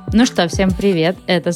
Ну что, всем привет! Это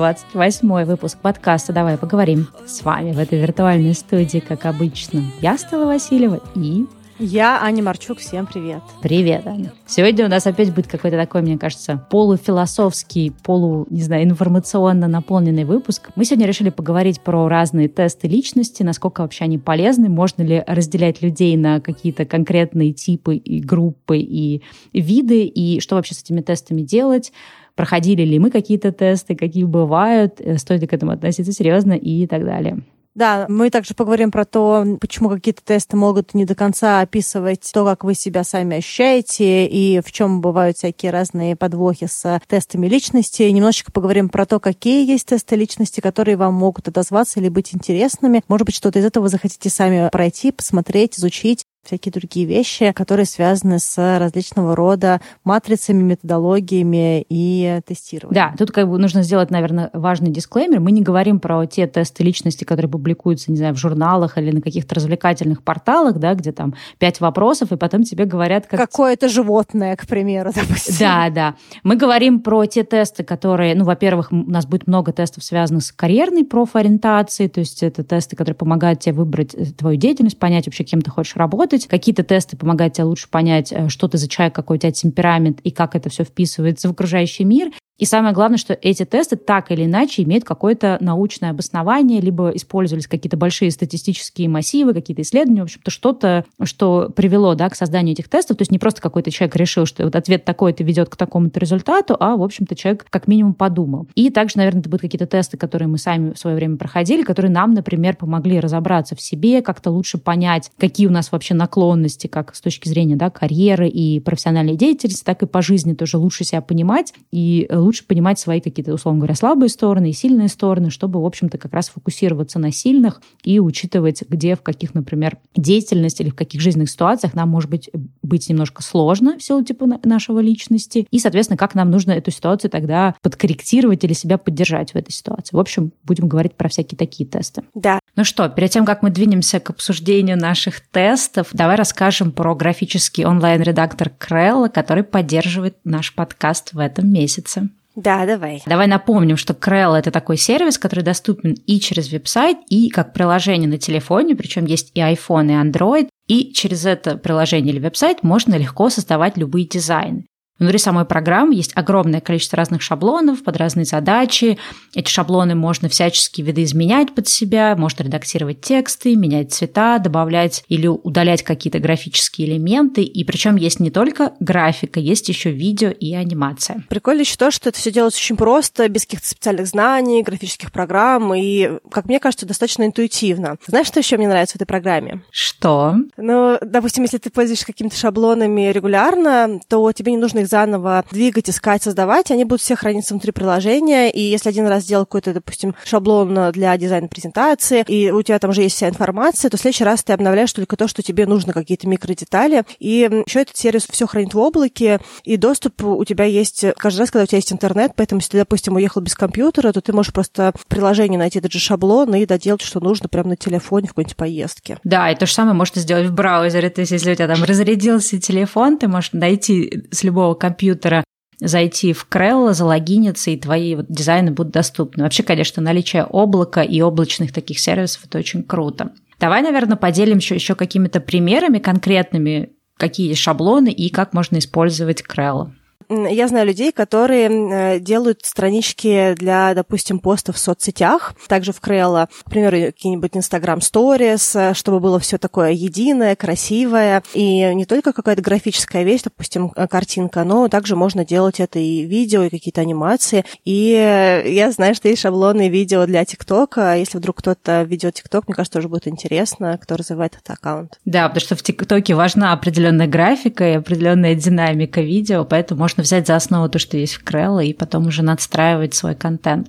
128-й выпуск подкаста «Давай поговорим». С вами в этой виртуальной студии, как обычно, я, Стелла Васильева, и... Я, Аня Марчук. Всем привет. Привет, Аня. Сегодня у нас опять будет какой-то такой, мне кажется, полуфилософский, информационно наполненный выпуск. Мы сегодня решили поговорить про разные тесты личности, насколько вообще они полезны, можно ли разделять людей на какие-то конкретные типы и группы и виды, и что вообще с этими тестами делать, проходили ли мы какие-то тесты, какие бывают, стоит ли к этому относиться серьезно и так далее. Да, мы также поговорим про то, почему какие-то тесты могут не до конца описывать то, как вы себя сами ощущаете, и в чем бывают всякие разные подвохи с тестами личности. Немножечко поговорим про то, какие есть тесты личности, которые вам могут отозваться или быть интересными. Может быть, что-то из этого вы захотите сами пройти, посмотреть, изучить. Всякие другие вещи, которые связаны с различного рода матрицами, методологиями и тестированием. Да, тут нужно сделать, наверное, важный дисклеймер. Мы не говорим про те тесты личности, которые публикуются, не знаю, в журналах или на каких-то развлекательных порталах, да, где там 5 вопросов, и потом тебе говорят... Какое-то животное, к примеру, допустим. Да. Мы говорим про те тесты, которые, во-первых, у нас будет много тестов, связанных с карьерной профориентацией, то есть это тесты, которые помогают тебе выбрать твою деятельность, понять вообще, кем ты хочешь работать. Какие-то тесты помогают тебе лучше понять, что ты за человек, какой у тебя темперамент и как это все вписывается в окружающий мир. И самое главное, что эти тесты так или иначе имеют какое-то научное обоснование, либо использовались какие-то большие статистические массивы, какие-то исследования, в общем-то, что-то, что привело, да, к созданию этих тестов. То есть не просто какой-то человек решил, что вот ответ такой-то ведет к такому-то результату, а, в общем-то, человек как минимум подумал. И также, наверное, это будут какие-то тесты, которые мы сами в свое время проходили, которые нам, например, помогли разобраться в себе, как-то лучше понять, какие у нас вообще наклонности, как с точки зрения, да, карьеры и профессиональной деятельности, так и по жизни тоже лучше себя понимать и лучше понимать свои какие-то, условно говоря, слабые стороны и сильные стороны, чтобы, в общем-то, как раз фокусироваться на сильных и учитывать, где, в каких, например, деятельности или в каких жизненных ситуациях нам может быть немножко сложно в силу типа нашего личности, и, соответственно, как нам нужно эту ситуацию тогда подкорректировать или себя поддержать в этой ситуации. В общем, будем говорить про всякие такие тесты. Да. Ну что, перед тем, как мы двинемся к обсуждению наших тестов, давай расскажем про графический онлайн-редактор Крелла, который поддерживает наш подкаст в этом месяце. Да, давай. Давай напомним, что Крелла — это такой сервис, который доступен и через веб-сайт, и как приложение на телефоне, причем есть и iPhone, и Android, и через это приложение или веб-сайт можно легко создавать любые дизайны. Внутри самой программы есть огромное количество разных шаблонов под разные задачи. Эти шаблоны можно всячески видоизменять под себя, можно редактировать тексты, менять цвета, добавлять или удалять какие-то графические элементы. И причем есть не только графика, есть еще видео и анимация. Прикольно еще то, что это все делается очень просто, без каких-то специальных знаний, графических программ, и, как мне кажется, достаточно интуитивно. Знаешь, что еще мне нравится в этой программе? Что? Допустим, если ты пользуешься какими-то шаблонами регулярно, то тебе не нужно их заново двигать, искать, создавать, они будут все храниться внутри приложения, и если один раз сделал какой-то, допустим, шаблон для дизайна презентации, и у тебя там уже есть вся информация, то в следующий раз ты обновляешь только то, что тебе нужно, какие-то микродетали, и еще этот сервис все хранит в облаке, и доступ у тебя есть каждый раз, когда у тебя есть интернет, поэтому если ты, допустим, уехал без компьютера, то ты можешь просто в приложении найти этот же шаблон и доделать, что нужно, прямо на телефоне в какой-нибудь поездке. Да, и то же самое можно сделать в браузере, то есть если у тебя там разрядился телефон, ты можешь найти с любого компьютера, зайти в Крелла, залогиниться, и твои дизайны будут доступны. Вообще, конечно, наличие облака и облачных таких сервисов – это очень круто. Давай, наверное, поделимся еще какими-то примерами конкретными, какие есть шаблоны и как можно использовать Крелла. Я знаю людей, которые делают странички для, допустим, постов в соцсетях, также в Крелла, к примеру, какие-нибудь Instagram Stories, чтобы было все такое единое, красивое, и не только какая-то графическая вещь, допустим, картинка, но также можно делать это и видео, и какие-то анимации. И я знаю, что есть шаблоны видео для ТикТока. Если вдруг кто-то ведет ТикТок, мне кажется, тоже будет интересно, кто развивает этот аккаунт. Да, потому что в ТикТоке важна определенная графика и определенная динамика видео, поэтому можно взять за основу то, что есть в Крелла, и потом уже надстраивать свой контент.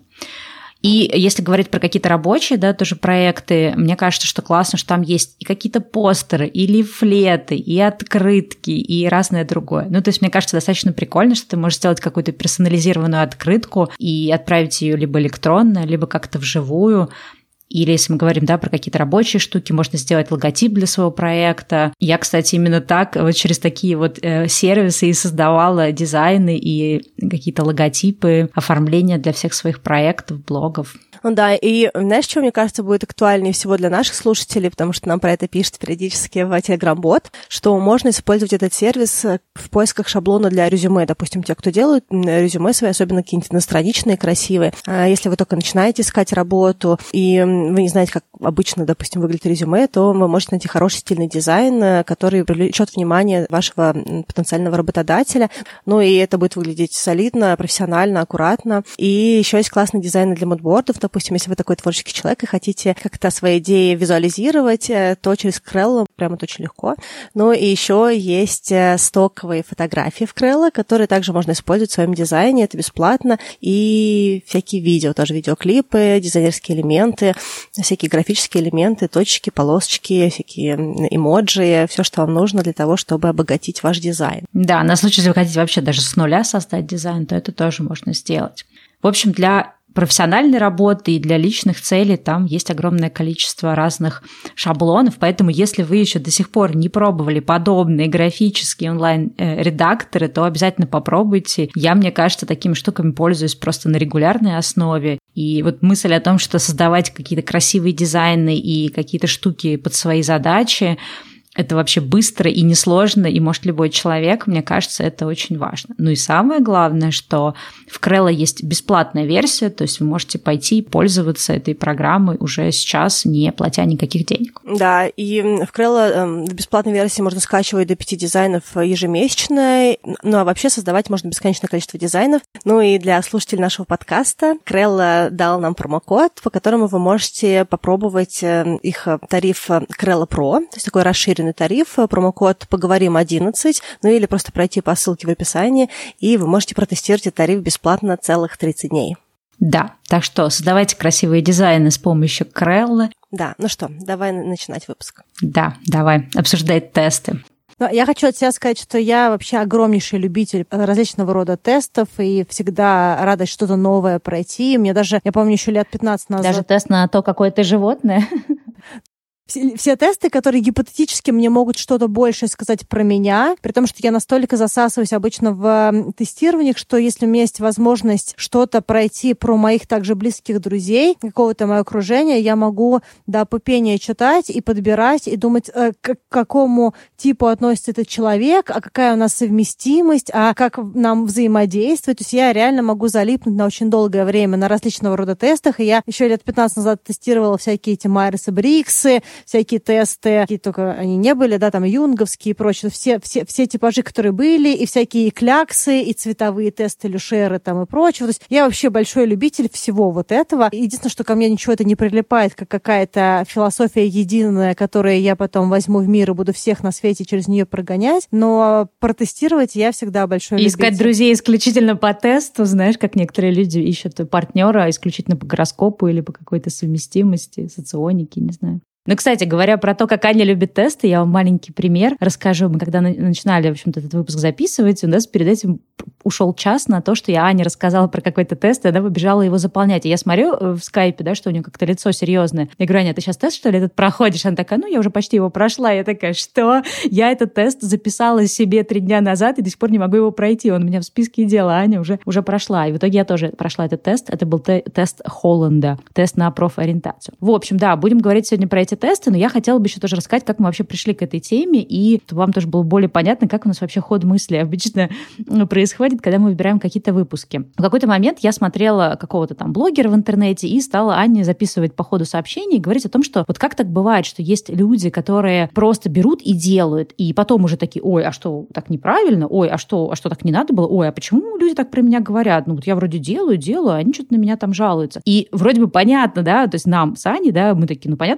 И если говорить про какие-то рабочие, да, тоже проекты, мне кажется, что классно, что там есть и какие-то постеры, и лифлеты, и открытки, и разное другое. Ну, то есть, мне кажется, достаточно прикольно, что ты можешь сделать какую-то персонализированную открытку и отправить ее либо электронно, либо как-то вживую. Или если мы говорим, да, про какие-то рабочие штуки, можно сделать логотип для своего проекта. Я, кстати, именно так, вот через такие вот сервисы и создавала дизайны и какие-то логотипы, оформления для всех своих проектов, блогов. Ну да, и знаешь, что, мне кажется, будет актуальнее всего для наших слушателей, потому что нам про это пишет периодически в Telegram-бот, что можно использовать этот сервис в поисках шаблона для резюме. Допустим, те, кто делают резюме свои, особенно какие-нибудь иностраничные, красивые. Если вы только начинаете искать работу, и вы не знаете, как обычно, допустим, выглядит резюме, то вы можете найти хороший стильный дизайн, который привлечет внимание вашего потенциального работодателя. Ну и это будет выглядеть солидно, профессионально, аккуратно. И еще есть классные дизайны для мудбордов. Допустим, если вы такой творческий человек и хотите как-то свои идеи визуализировать, то через Крелло прямо это очень легко. Ну и еще есть стоковые фотографии в Крелло, которые также можно использовать в своем дизайне. Это бесплатно. И всякие видео, тоже видеоклипы, дизайнерские элементы, всякие графические элементы, точки, полосочки, всякие эмоджи, все, что вам нужно для того, чтобы обогатить ваш дизайн. Да, на случай, если вы хотите вообще даже с нуля создать дизайн, то это тоже можно сделать. В общем, для профессиональной работы и для личных целей там есть огромное количество разных шаблонов, поэтому если вы еще до сих пор не пробовали подобные графические онлайн-редакторы, то обязательно попробуйте. Я, мне кажется, такими штуками пользуюсь просто на регулярной основе. И вот мысль о том, что создавать какие-то красивые дизайны и какие-то штуки под свои задачи, это вообще быстро и несложно, и может любой человек, мне кажется, это очень важно. Ну и самое главное, что в Крелло есть бесплатная версия, то есть вы можете пойти и пользоваться этой программой уже сейчас, не платя никаких денег. Да, и в Крелло в бесплатной версии можно скачивать до 5 дизайнов ежемесячно, ну а вообще создавать можно бесконечное количество дизайнов. Ну и для слушателей нашего подкаста Крелло дал нам промокод, по которому вы можете попробовать их тариф Крелло Pro, то есть такой расширенный тариф, промокод «Поговорим11», ну или просто пройти по ссылке в описании, и вы можете протестировать этот тариф бесплатно целых 30 дней. Да, так что создавайте красивые дизайны с помощью Крелло. Да, ну что, давай начинать выпуск. Да, давай обсуждать тесты. Я хочу от себя сказать, что я вообще огромнейший любитель различного рода тестов и всегда рада что-то новое пройти. Мне даже, я помню, еще лет 15 назад... Даже тест на то, какое ты животное? Все тесты, которые гипотетически мне могут что-то большее сказать про меня, при том, что я настолько засасываюсь обычно в тестированиях, что если у меня есть возможность что-то пройти про моих также близких друзей, какого-то моего окружения, я могу до пупения читать и подбирать, и думать, к какому типу относится этот человек, а какая у нас совместимость, а как нам взаимодействовать. То есть я реально могу залипнуть на очень долгое время на различного рода тестах, и я еще лет 15 назад тестировала всякие эти Майерсы, Бриксы, всякие тесты, какие только они не были, да, там юнговские и прочее, все типажи, которые были, и всякие кляксы, и цветовые тесты, люшеры там и прочее. То есть я вообще большой любитель всего вот этого. Единственное, что ко мне ничего это не прилипает, как какая-то философия единая, которую я потом возьму в мир и буду всех на свете через нее прогонять, но протестировать я всегда большой любитель. Искать друзей исключительно по тесту, знаешь, как некоторые люди ищут партнера исключительно по гороскопу или по какой-то совместимости, соционике, не знаю. Ну, кстати, говоря про то, как Аня любит тесты, я вам маленький пример расскажу. Мы когда начинали, в общем-то, этот выпуск записывать, у нас перед этим ушел час на то, что я Ане рассказала про какой-то тест, и она побежала его заполнять. И я смотрю в скайпе, да, что у нее как-то лицо серьезное. Я говорю: Аня, ты сейчас тест, что ли, этот проходишь? Она такая: ну, я уже почти его прошла. Я такая: что? Я этот тест записала себе 3 дня назад и до сих пор не могу его пройти. Он у меня в списке дел, а Аня уже прошла. И в итоге я тоже прошла этот тест. Это был тест Холланда, тест на профориентацию. В общем, да, будем говорить сегодня про эти тесты, но я хотела бы еще тоже рассказать, как мы вообще пришли к этой теме, и чтобы вам тоже было более понятно, как у нас вообще ход мысли обычно происходит, когда мы выбираем какие-то выпуски. В какой-то момент я смотрела какого-то там блогера в интернете и стала Ане записывать по ходу сообщений и говорить о том, что вот как так бывает, что есть люди, которые просто берут и делают, и потом уже такие: ой, а что так неправильно? Ой, а что так не надо было? Ой, а почему люди так про меня говорят? Ну вот я вроде делаю, а они что-то на меня там жалуются. И вроде бы понятно, да, то есть нам с Аней, да, мы такие: ну понятно же, почему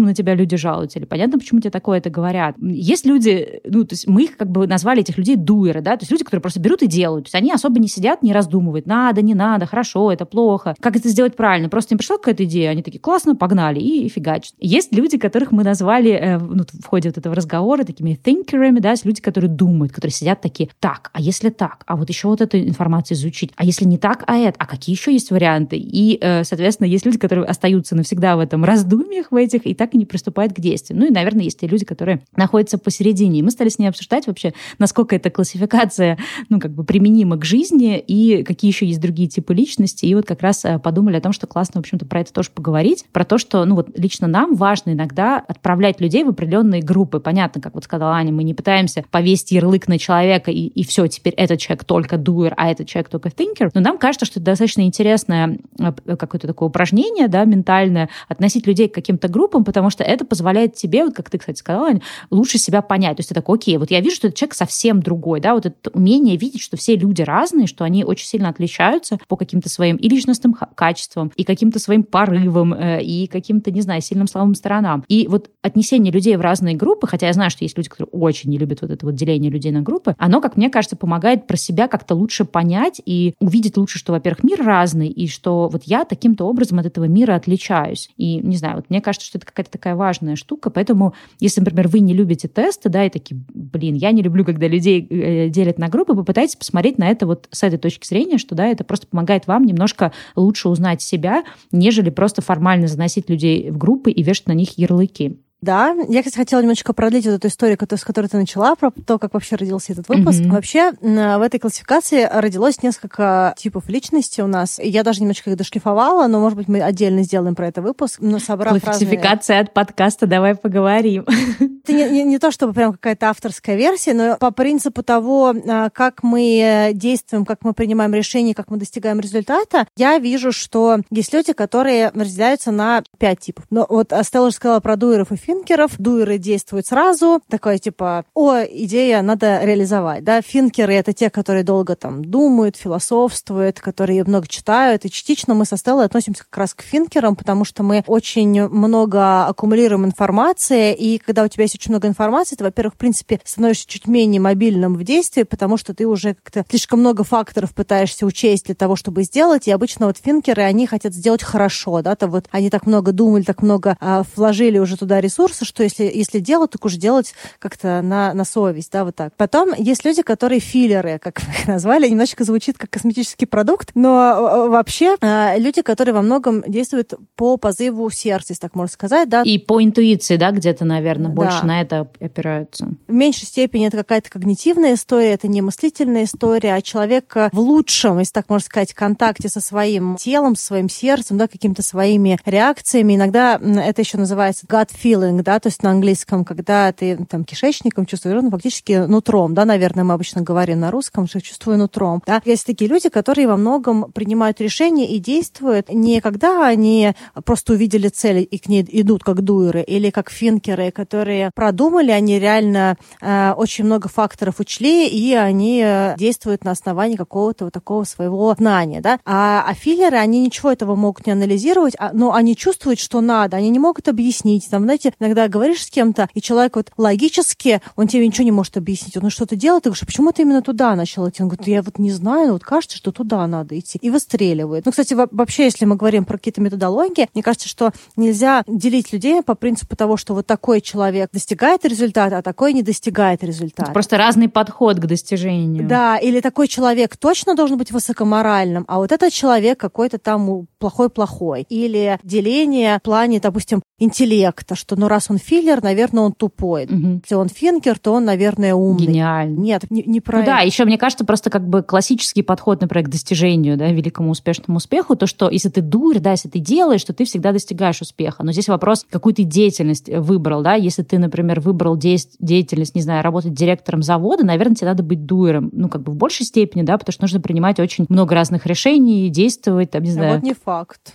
на тебя люди жалуются, или понятно, почему тебе такое это говорят. Есть люди, то есть мы их как бы назвали, этих людей, дуэры, да, то есть люди, которые просто берут и делают. То есть они особо не сидят, не раздумывают, надо, не надо, хорошо, это плохо, как это сделать правильно. Просто им пришла какая-то идея, они такие, классно, погнали, и фигачат. Есть люди, которых мы назвали в ходе вот этого разговора такими thinkerами, да, люди, которые думают, которые сидят такие, так, а если так, а вот еще вот эту информацию изучить, а если не так, а это, а какие еще есть варианты? И, соответственно, есть люди, которые остаются навсегда в этом раздумьях в этих и так и не приступают к действию. И, наверное, есть и люди, которые находятся посередине. И мы стали с ней обсуждать вообще, насколько эта классификация, применима к жизни и какие еще есть другие типы личности. И вот как раз подумали о том, что классно, в общем-то, про это тоже поговорить, про то, что, лично нам важно иногда отправлять людей в определенные группы. Понятно, как вот сказала Аня, мы не пытаемся повесить ярлык на человека и все, теперь этот человек только doer, а этот человек только thinker. Но нам кажется, что это достаточно интересное какое-то такое упражнение, да, ментальное, относить людей к каким-то группам, потому что это позволяет тебе, вот как ты, кстати, сказала, Аня, лучше себя понять. То есть ты такой, окей, вот я вижу, что этот человек совсем другой, да, вот это умение видеть, что все люди разные, что они очень сильно отличаются по каким-то своим и личностным качествам, и каким-то своим порывам, и каким-то, не знаю, сильным слабым сторонам. И вот отнесение людей в разные группы, хотя я знаю, что есть люди, которые очень не любят вот это вот деление людей на группы, оно, как мне кажется, помогает про себя как-то лучше понять и увидеть лучше, что, во-первых, мир разный, и что вот я таким-то образом от этого мира отличаюсь. И, не знаю, вот мне кажется, что это какая-то такая важная штука, поэтому, если, например, вы не любите тесты, да, и такие, я не люблю, когда людей делят на группы, попытайтесь посмотреть на это вот с этой точки зрения, что, да, это просто помогает вам немножко лучше узнать себя, нежели просто формально заносить людей в группы и вешать на них ярлыки. Да, я, кстати, хотела немножечко продлить вот эту историю, с которой ты начала, про то, как вообще родился этот выпуск. Вообще, в этой классификации родилось несколько типов личности у нас. Я даже немножечко их дошлифовала, но, может быть, мы отдельно сделаем про это выпуск. Но собрав классификация разные... от подкаста, давай поговорим. Это не то, чтобы прям какая-то авторская версия, но по принципу того, как мы действуем, как мы принимаем решения, как мы достигаем результата, я вижу, что есть люди, которые разделяются на 5 типов. Но вот Стелла уже сказала про дуэров и финкеров. Дуэры действуют сразу. Такое типа, идея надо реализовать. Да? Финкеры — это те, которые долго там думают, философствуют, которые много читают. И частично мы со Стеллой относимся как раз к финкерам, потому что мы очень много аккумулируем информации. И когда у тебя есть очень много информации, ты, во-первых, в принципе, становишься чуть менее мобильным в действии, потому что ты уже как-то слишком много факторов пытаешься учесть для того, чтобы сделать. И обычно вот финкеры, они хотят сделать хорошо. Да? Вот они так много думали, так много вложили уже туда ресурсов, что если делать, так уж делать как-то на совесть, да, вот так. Потом есть люди, которые филлеры, как мы их назвали, немножечко звучит как косметический продукт, но вообще люди, которые во многом действуют по позыву сердца, если так можно сказать, да. И по интуиции, да, где-то, наверное, больше на это опираются. В меньшей степени это какая-то когнитивная история, это не мыслительная история, а человек в лучшем, если так можно сказать, контакте со своим телом, со своим сердцем, да, какими-то своими реакциями. Иногда это еще называется gut feeling, да, то есть на английском, когда ты там кишечником чувствуешь, фактически нутром, да, наверное, мы обычно говорим на русском, что чувствую нутром. Да. Есть такие люди, которые во многом принимают решения и действуют не когда они просто увидели цель и к ней идут как дуэры или как финкеры, которые продумали, они реально очень много факторов учли, и они действуют на основании какого-то вот такого своего знания, да. А филлеры, они ничего этого могут не анализировать, но они чувствуют, что надо, они не могут объяснить, там, знаете, иногда говоришь с кем-то, и человек вот логически, он тебе ничего не может объяснить. Он что-то делает, ты говоришь, а почему ты именно туда начал идти? Он говорит, я вот не знаю, но вот кажется, что туда надо идти. И выстреливает. Ну, кстати, вообще, если мы говорим про какие-то методологии, мне кажется, что нельзя делить людей по принципу того, что вот такой человек достигает результата, а такой не достигает результата. Это просто разный подход к достижению. Да, или такой человек точно должен быть высокоморальным, а вот этот человек какой-то там плохой-плохой. Или деление в плане, допустим, интеллекта, что раз он филлер, наверное, он тупой. Если он финкер, то он, наверное, умный. Гениальный. Нет, не про это. Да, еще, мне кажется, просто как бы классический подход, например, к достижению, да, великому успешному успеху, то, что если ты дурь, да, если ты делаешь, то ты всегда достигаешь успеха. Но здесь вопрос, какую ты деятельность выбрал, да, если ты, например, выбрал деятельность, не знаю, работать директором завода, наверное, тебе надо быть дуэром, как бы в большей степени, да, потому что нужно принимать очень много разных решений, действовать, там, не знаю. Вот не факт.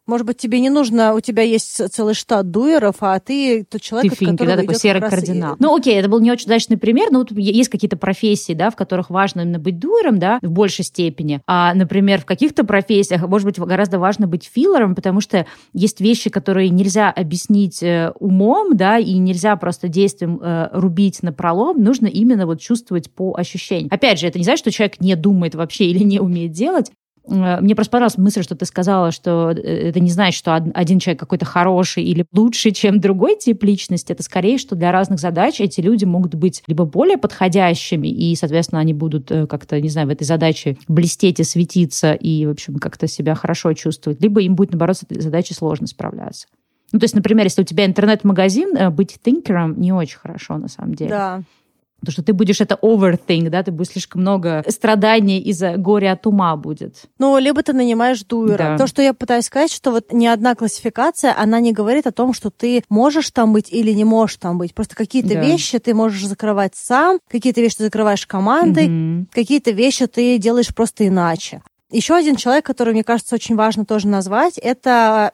Может быть, тебе не нужно, у тебя есть целый штат дуэров, а ты тот человек, ты финки, да, такой серый кардинал. Ну, окей, это был не очень удачный пример, но вот есть какие-то профессии, да, в которых важно именно быть дуэром, да, в большей степени. А, например, в каких-то профессиях, может быть, гораздо важно быть филлером, потому что есть вещи, которые нельзя объяснить умом, да, и нельзя просто действием рубить напролом, нужно именно вот чувствовать по ощущениям. Опять же, это не значит, что человек не думает вообще или не умеет делать. Мне просто понравилась мысль, что ты сказала, что это не значит, что один человек какой-то хороший или лучше, чем другой тип личности. Это скорее, что для разных задач эти люди могут быть либо более подходящими, и, соответственно, они будут как-то, не знаю, в этой задаче блестеть и светиться, и, в общем, как-то себя хорошо чувствовать, либо им будет, наоборот, с этой задачей сложно справляться. Ну, то есть, например, если у тебя интернет-магазин, быть тинкером не очень хорошо, на самом деле. Да. Потому что ты будешь это overthink, да, ты будешь слишком много страданий из-за горя от ума будет. Ну, либо ты нанимаешь дуэра. Да. То, что я пытаюсь сказать, что вот ни одна классификация, она не говорит о том, что ты можешь там быть или не можешь там быть. Просто какие-то вещи ты можешь закрывать сам, какие-то вещи ты закрываешь командой, какие-то вещи ты делаешь просто иначе. Еще один человек, который, мне кажется, очень важно тоже назвать, это,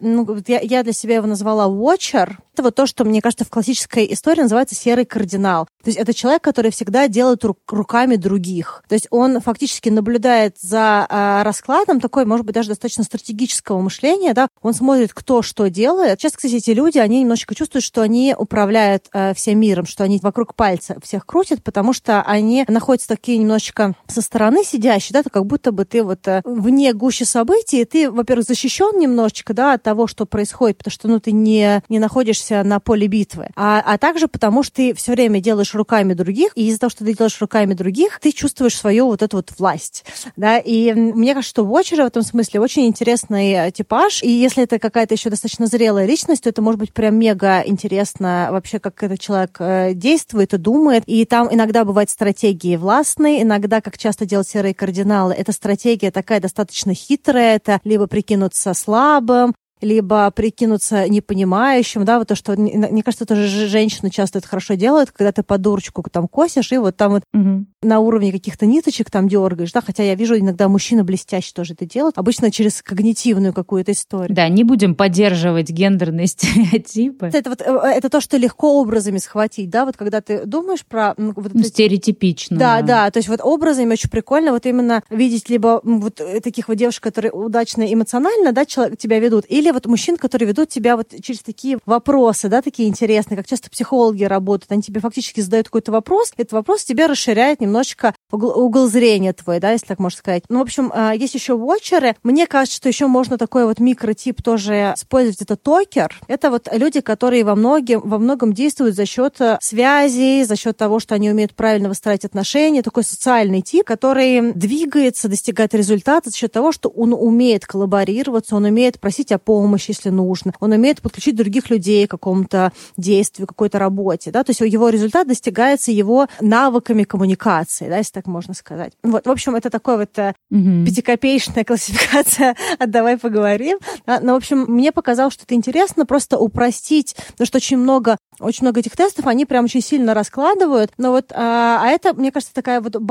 я для себя его назвала watcher. Это вот то, что, мне кажется, в классической истории называется серый кардинал. То есть это человек, который всегда делает руками других. То есть он фактически наблюдает за раскладом такой, может быть, даже достаточно стратегического мышления, да, он смотрит, кто что делает. Сейчас, кстати, эти люди, они немножечко чувствуют, что они управляют всем миром, что они вокруг пальца всех крутят, потому что они находятся такие немножечко со стороны сидящие, да, как будто бы ты вот вне гуще событий, ты, во-первых, защищен немножечко, да, от того, что происходит, потому что, ты не находишься на поле битвы, а также потому, что ты все время делаешь руками других, и из-за того, что ты делаешь руками других, ты чувствуешь свою вот эту вот власть, да, и мне кажется, что watcher в этом смысле очень интересный типаж, и если это какая-то еще достаточно зрелая личность, то это может быть прям мега интересно вообще, как этот человек действует и думает, и там иногда бывают стратегии властные, иногда, как часто делают серые кардиналы, эта стратегия такая достаточно хитрая, это либо прикинуться слабым, либо прикинуться непонимающим, да, вот то, что, мне кажется, тоже женщины часто это хорошо делают, когда ты под дурочку там косишь, и вот там вот на уровне каких-то ниточек там дергаешь, да, хотя я вижу иногда мужчины блестяще тоже это делают, обычно через когнитивную какую-то историю. Да, не будем поддерживать гендерные стереотипы. Это то, что легко образами схватить, да, вот когда ты думаешь про... стереотипично. Да, то есть вот образами очень прикольно вот именно видеть либо вот таких вот девушек, которые удачно эмоционально, да, тебя ведут, или вот мужчин, которые ведут тебя вот через такие вопросы, да, такие интересные, как часто психологи работают, они тебе фактически задают какой-то вопрос, этот вопрос тебе расширяет немножечко угол зрения твой, да, если так можно сказать. Ну, в общем, есть еще watcherы. Мне кажется, что еще можно такой вот микротип тоже использовать, это токер. Это вот люди, которые во многом действуют за счет связей, за счет того, что они умеют правильно выстраивать отношения, такой социальный тип, который двигается, достигает результата за счет того, что он умеет коллаборироваться, он умеет просить о помощи, если нужно, он умеет подключить других людей к какому-то действию, какой-то работе, да, то есть его результат достигается его навыками коммуникации, да, если так можно сказать. Вот, в общем, это такой вот пятикопеечная классификация «давай поговорим». Но, в общем, мне показалось, что это интересно просто упростить, потому что очень много этих тестов, они прям очень сильно раскладывают, но вот, это, мне кажется, такая вот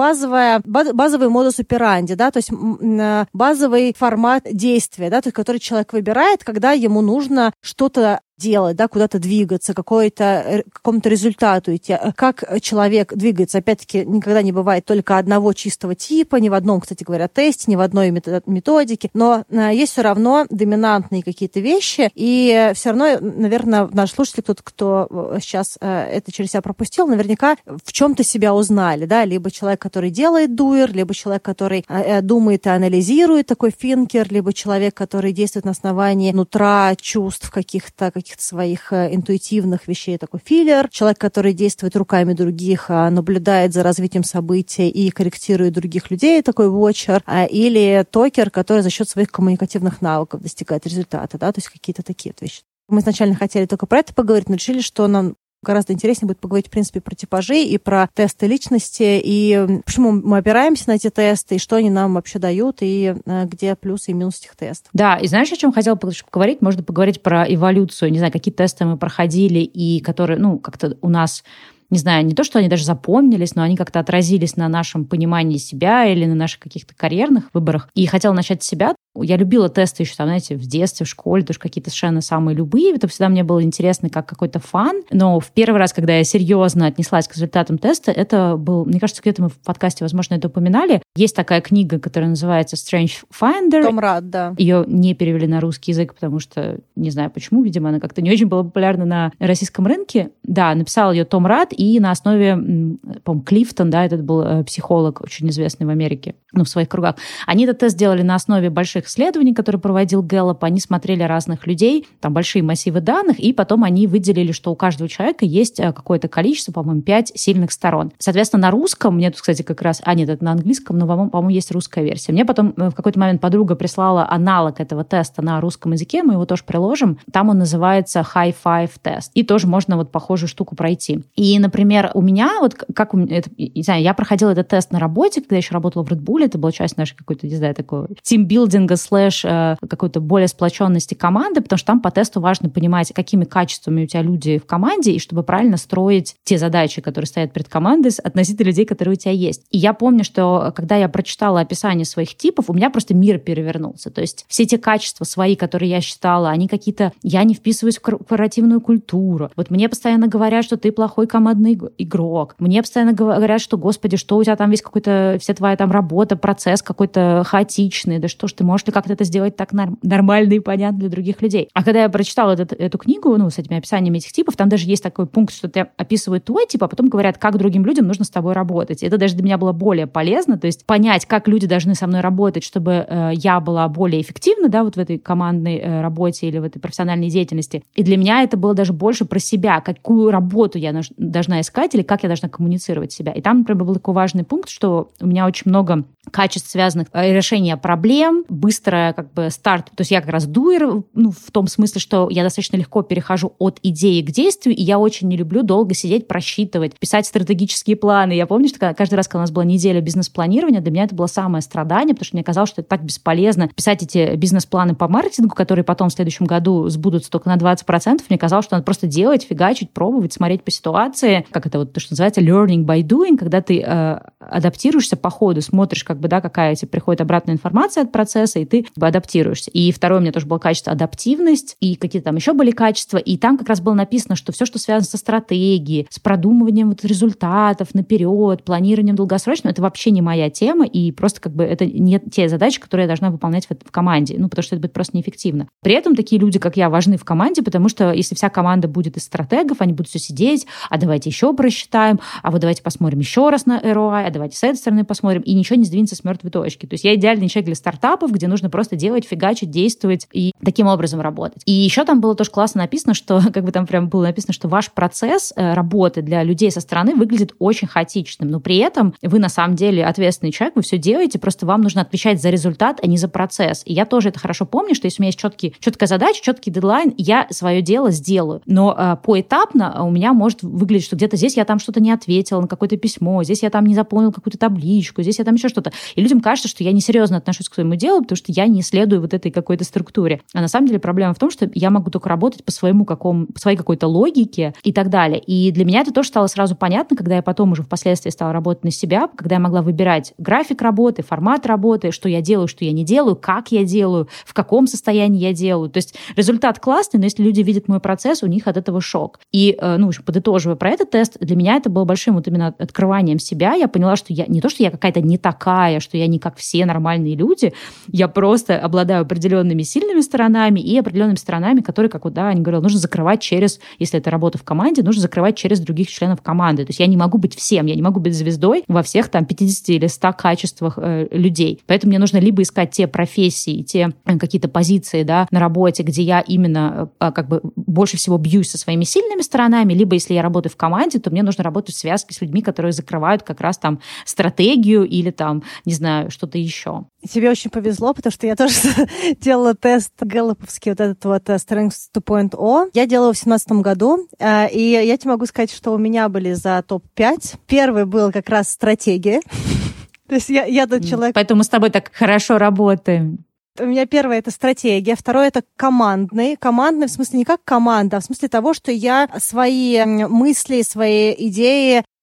базовый модус операнди, да, то есть базовый формат действия, да, то есть, который человек выбирает, когда ему нужно что-то делать, да, куда-то двигаться, к какому-то результату идти. Как человек двигается, опять-таки, никогда не бывает только одного чистого типа, ни в одном, кстати говоря, тесте, ни в одной методике, но есть все равно доминантные какие-то вещи, и все равно, наверное, наш слушатель, кто сейчас это через себя пропустил, наверняка в чем-то себя узнали, да, либо человек, который делает дуэр, либо человек, который думает и анализирует, такой финкер, либо человек, который действует на основании нутра, чувств каких-то своих интуитивных вещей, такой филлер, человек, который действует руками других, наблюдает за развитием событий и корректирует других людей, такой watcher, или токер, который за счет своих коммуникативных навыков достигает результата, да, то есть какие-то такие вот вещи. Мы изначально хотели только про это поговорить, но решили, что нам гораздо интереснее будет поговорить, в принципе, про типажи и про тесты личности, и почему мы опираемся на эти тесты, и что они нам вообще дают, и где плюсы и минусы этих тестов. Да, и знаешь, о чем хотела поговорить? Можно поговорить про эволюцию. Не знаю, какие тесты мы проходили, и которые, как-то у нас... Не знаю, не то, что они даже запомнились, но они как-то отразились на нашем понимании себя или на наших каких-то карьерных выборах. И хотела начать с себя. Я любила тесты еще, там, знаете, в детстве, в школе, тоже какие-то совершенно самые любые. Это всегда мне было интересно как какой-то фан. Но в первый раз, когда я серьезно отнеслась к результатам теста, это был, мне кажется, где-то мы в подкасте, возможно, это упоминали. Есть такая книга, которая называется Strength Finder. Том Рад, да. Ее не перевели на русский язык, потому что, не знаю почему, видимо, она как-то не очень была популярна на российском рынке. Да, написал ее Том Рад, и на основе, по-моему, Клифтон, да, этот был психолог, очень известный в Америке, в своих кругах. Они этот тест делали на основе больших исследований, которые проводил Гэллоп. Они смотрели разных людей, там большие массивы данных, и потом они выделили, что у каждого человека есть какое-то количество, по-моему, 5 сильных сторон. Соответственно, на русском, мне тут, кстати, как раз... нет, это на английском, но, по-моему, есть русская версия. Мне потом в какой-то момент подруга прислала аналог этого теста на русском языке, мы его тоже приложим. Там он называется High Five тест. И тоже можно вот похожую штуку пройти. И, например, у меня, вот как не знаю, я проходила этот тест на работе, когда я еще работала в Red Bull, это была часть нашей какой-то, не знаю, такой тимбилдинга / какой-то более сплоченности команды, потому что там по тесту важно понимать, какими качествами у тебя люди в команде, и чтобы правильно строить те задачи, которые стоят перед командой относительно людей, которые у тебя есть. И я помню, что когда я прочитала описание своих типов, у меня просто мир перевернулся. То есть все те качества свои, которые я считала, они какие-то... Я не вписываюсь в корпоративную культуру. Вот мне постоянно говорят, что ты плохой командный игрок. Мне постоянно говорят, что, господи, что у тебя там весь какой-то... Вся твоя там работа, процесс какой-то хаотичный. Да что ж ты, можешь ли как-то это сделать так нормально и понятно для других людей? А когда я прочитала эту книгу, с этими описаниями этих типов, там даже есть такой пункт, что ты описывают твой тип, а потом говорят, как другим людям нужно с тобой работать. И это даже для меня было более полезно, то есть понять, как люди должны со мной работать, чтобы я была более эффективна, да, вот в этой командной работе или в этой профессиональной деятельности. И для меня это было даже больше про себя, какую работу я должна искать или как я должна коммуницировать себя. И там, например, был такой важный пункт, что у меня очень много качеств, связанных с решением проблем, быстрая как бы старт. То есть я как раз дуэр, в том смысле, что я достаточно легко перехожу от идеи к действию, и я очень не люблю долго сидеть, просчитывать, писать стратегические планы. Я помню, что каждый раз, когда у нас была неделя бизнес-планирования, для меня это было самое страдание, потому что мне казалось, что это так бесполезно писать эти бизнес-планы по маркетингу, которые потом в следующем году сбудутся только на 20%. Мне казалось, что надо просто делать, фигачить, пробовать, смотреть по ситуации. Как это вот то, что называется learning by doing, когда ты адаптируешься по ходу, смотришь, как бы, да, какая тебе приходит обратная информация от процесса, и ты как бы адаптируешься. И второе у меня тоже было качество адаптивность, и какие-то там еще были качества. И там как раз было написано, что все, что связано со стратегией, с продумыванием вот результатов наперед, планированием долгосрочным, это вообще не моя тема, и просто как бы это не те задачи, которые я должна выполнять в команде, потому что это будет просто неэффективно. При этом такие люди, как я, важны в команде, потому что если вся команда будет из стратегов, они будут все сидеть, а давайте еще просчитаем, а вот давайте посмотрим еще раз на ROI, а давайте с этой стороны посмотрим, и ничего не сдвинется с мертвой точки. То есть я идеальный человек для стартапов, где нужно просто делать, фигачить, действовать и таким образом работать. И еще там было тоже классно написано, что, как бы там прям было написано, что ваш процесс работы для людей со стороны выглядит очень хаотичным, но при этом вы на самом деле ответственный человек, вы все делаете, просто вам нужно отвечать за результат, а не за процесс. И я тоже это хорошо помню, что если у меня есть четкая задача, четкий дедлайн, я свое дело сделаю. Но поэтапно у меня может выглядеть, что где-то здесь я там что-то не ответила на какое-то письмо, здесь я там не заполнил какую-то табличку, здесь я там еще что-то. И людям кажется, что я несерьезно отношусь к своему делу, потому что я не следую вот этой какой-то структуре. А на самом деле проблема в том, что я могу только работать по своей какой-то логике и так далее. И для меня это тоже стало сразу понятно, когда я потом уже впоследствии стала работать на себя, когда я могла выбирать график работы, формат работы, что я делаю, что я не делаю, как я делаю, в каком состоянии я делаю. То есть результат классный, но если люди видят мой процесс, у них от этого шок. И, подытоживая про этот тест, для меня это было большим вот именно открыванием себя. Я поняла, что я не то, что я какая-то не такая, что я не как все нормальные люди, я просто обладаю определенными сильными сторонами и определенными сторонами, которые, как вот, да, они говорили, нужно закрывать через, если это работа в команде, нужно закрывать через других членов команды. То есть я не могу быть всем, я не могу быть звездой во всех там 50 или 100 качествах людей. Поэтому мне нужно либо искать те профессии, те какие-то позиции, да, на работе, где я именно как бы больше всего бьюсь со своими сильными сторонами, либо если я работаю в команде, то мне нужно работать в связке с людьми, которые закрывают как раз там стратегию или там, не знаю, что-то еще. Тебе очень повезло, потому что я тоже делала тест гэллоповский, вот этот вот Strengths 2.0. Я делала в 2017 году, и я тебе могу сказать, что у меня были за топ-5. Первый был как раз стратегия. То есть я тот человек... Поэтому мы с тобой так хорошо работаем. У меня первое — это стратегия, второе — это командный. Командный в смысле не как команда, а в смысле того, что я свои мысли, свои идеи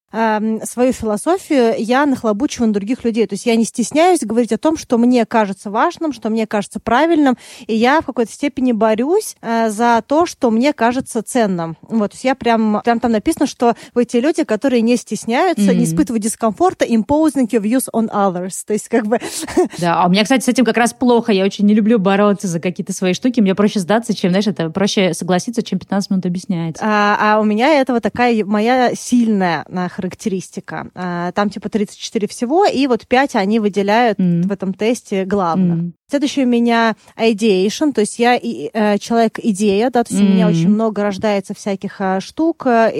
свою философию я нахлобучиваю на других людей. То есть я не стесняюсь говорить о том, что мне кажется важным, что мне кажется правильным, и я в какой-то степени борюсь за то, что мне кажется ценным. Вот, то есть я прям там написано, что вы те люди, которые не стесняются, не испытывают дискомфорта, imposing your views on others. То есть как бы... Да, а у меня, кстати, с этим как раз плохо. Я очень не люблю бороться за какие-то свои штуки. Мне проще сдаться, чем, знаешь, это проще согласиться, чем 15 минут объяснять. А у меня этого такая моя сильная характеристика. Там типа 34 всего, и вот 5 они выделяют в этом тесте главных. Следующее у меня ideation, то есть я человек-идея, да, то есть у меня очень много рождается всяких штук,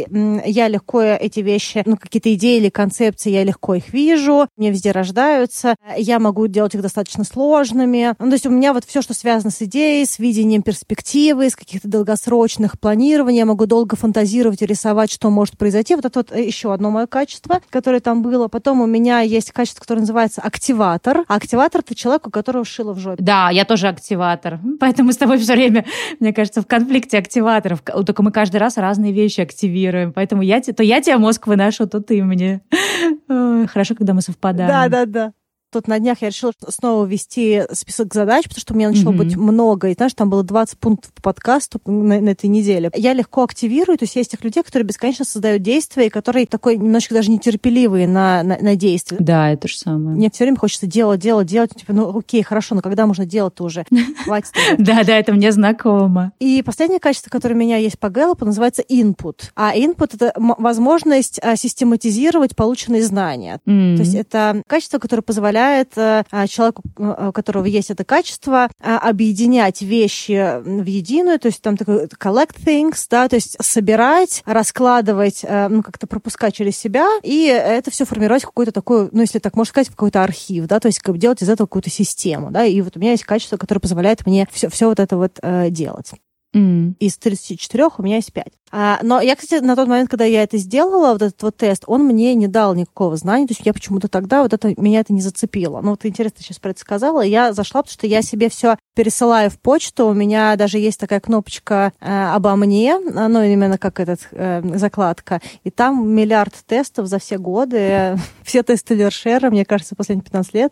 я легко эти вещи, какие-то идеи или концепции, я легко их вижу, мне везде рождаются, я могу делать их достаточно сложными. То есть у меня вот все, что связано с идеей, с видением перспективы, с каких-то долгосрочных планирований, я могу долго фантазировать и рисовать, что может произойти. Вот это вот еще одно мое качество, которое там было. Потом у меня есть качество, которое называется активатор. А активатор — это человек, у которого шило в жопе. Да, я тоже активатор. Поэтому мы с тобой все время, мне кажется, в конфликте активаторов. Только мы каждый раз разные вещи активируем. Поэтому то я тебе мозг выношу, то ты мне. Хорошо, когда мы совпадаем. Да. Тут на днях я решила снова ввести список задач, потому что у меня начало быть много. И знаешь, там было 20 пунктов по подкасту на этой неделе. Я легко активирую, то есть есть тех людей, которые бесконечно создают действия, и которые такой немножечко даже нетерпеливые на действия. Да, это же самое. Мне все время хочется делать. Типа, окей, хорошо, но когда можно делать-то уже? Хватит. Да, это мне знакомо. И последнее качество, которое у меня есть по Гэллопу, называется input. А input — это возможность систематизировать полученные знания. То есть это качество, которое позволяет человеку, у которого есть это качество, объединять вещи в единую, то есть там такой collect things, да, то есть собирать, раскладывать, как-то пропускать через себя, и это все формировать в какой-то такой, если так можно сказать, в какой-то архив, да, то есть как делать из этого какую-то систему, да, и вот у меня есть качество, которое позволяет мне все вот это вот делать. Из 34 у меня есть 5. Но я, кстати, на тот момент, когда я это сделала, вот этот вот тест, он мне не дал никакого знания, то есть я почему-то тогда меня это не зацепило. Вот интересно, сейчас про это сказала, я зашла, потому что я себе все пересылаю в почту, у меня даже есть такая кнопочка «Обо мне», именно как закладка, и там миллиард тестов за все годы, все тесты Вершера, мне кажется, последние 15 лет.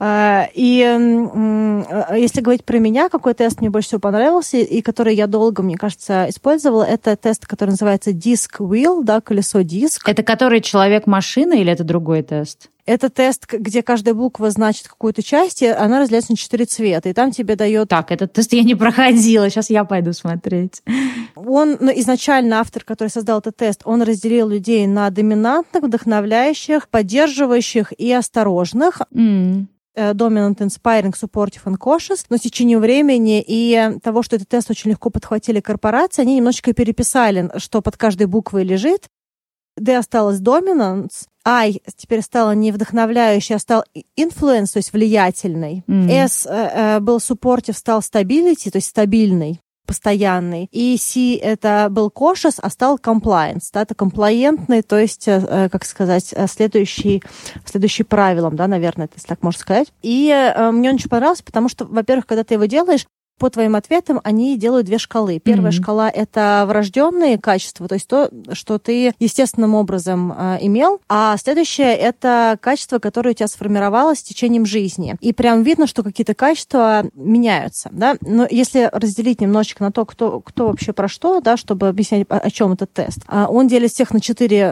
И если говорить про меня, какой тест мне больше всего понравился, и который я долго, мне кажется, использовала, это тест, который называется Disc Wheel, да, колесо-диск. Это который человек-машина или это другой тест? Это тест, где каждая буква значит какую-то часть, и она разделяется на 4 цвета, и там тебе дает... Так, этот тест я не проходила, сейчас я пойду смотреть. Изначально автор, который создал этот тест, он разделил людей на доминантных, вдохновляющих, поддерживающих и осторожных. Dominant, Inspiring, Supportive and Cautious, но с течением времени и того, что этот тест очень легко подхватили корпорации, они немножечко переписали, что под каждой буквой лежит. D осталось Dominance, I теперь стала не вдохновляющей, а стал Influence, то есть влиятельный. S был Supportive, стал Stability, то есть стабильный, постоянный. И C это был cautious, а стал compliance. Да, это комплаентный, то есть, как сказать, следующий правилам, да, наверное, если так можно сказать. И мне он очень понравился, потому что, во-первых, когда ты его делаешь, по твоим ответам они делают 2 шкалы. Первая шкала — это врожденные качества, то есть то, что ты естественным образом имел, а следующее — это качество, которое у тебя сформировалось с течением жизни. И прям видно, что какие-то качества меняются. Да? Но если разделить немножечко на то, кто вообще про что, да, чтобы объяснять, о чем этот тест, он делит всех на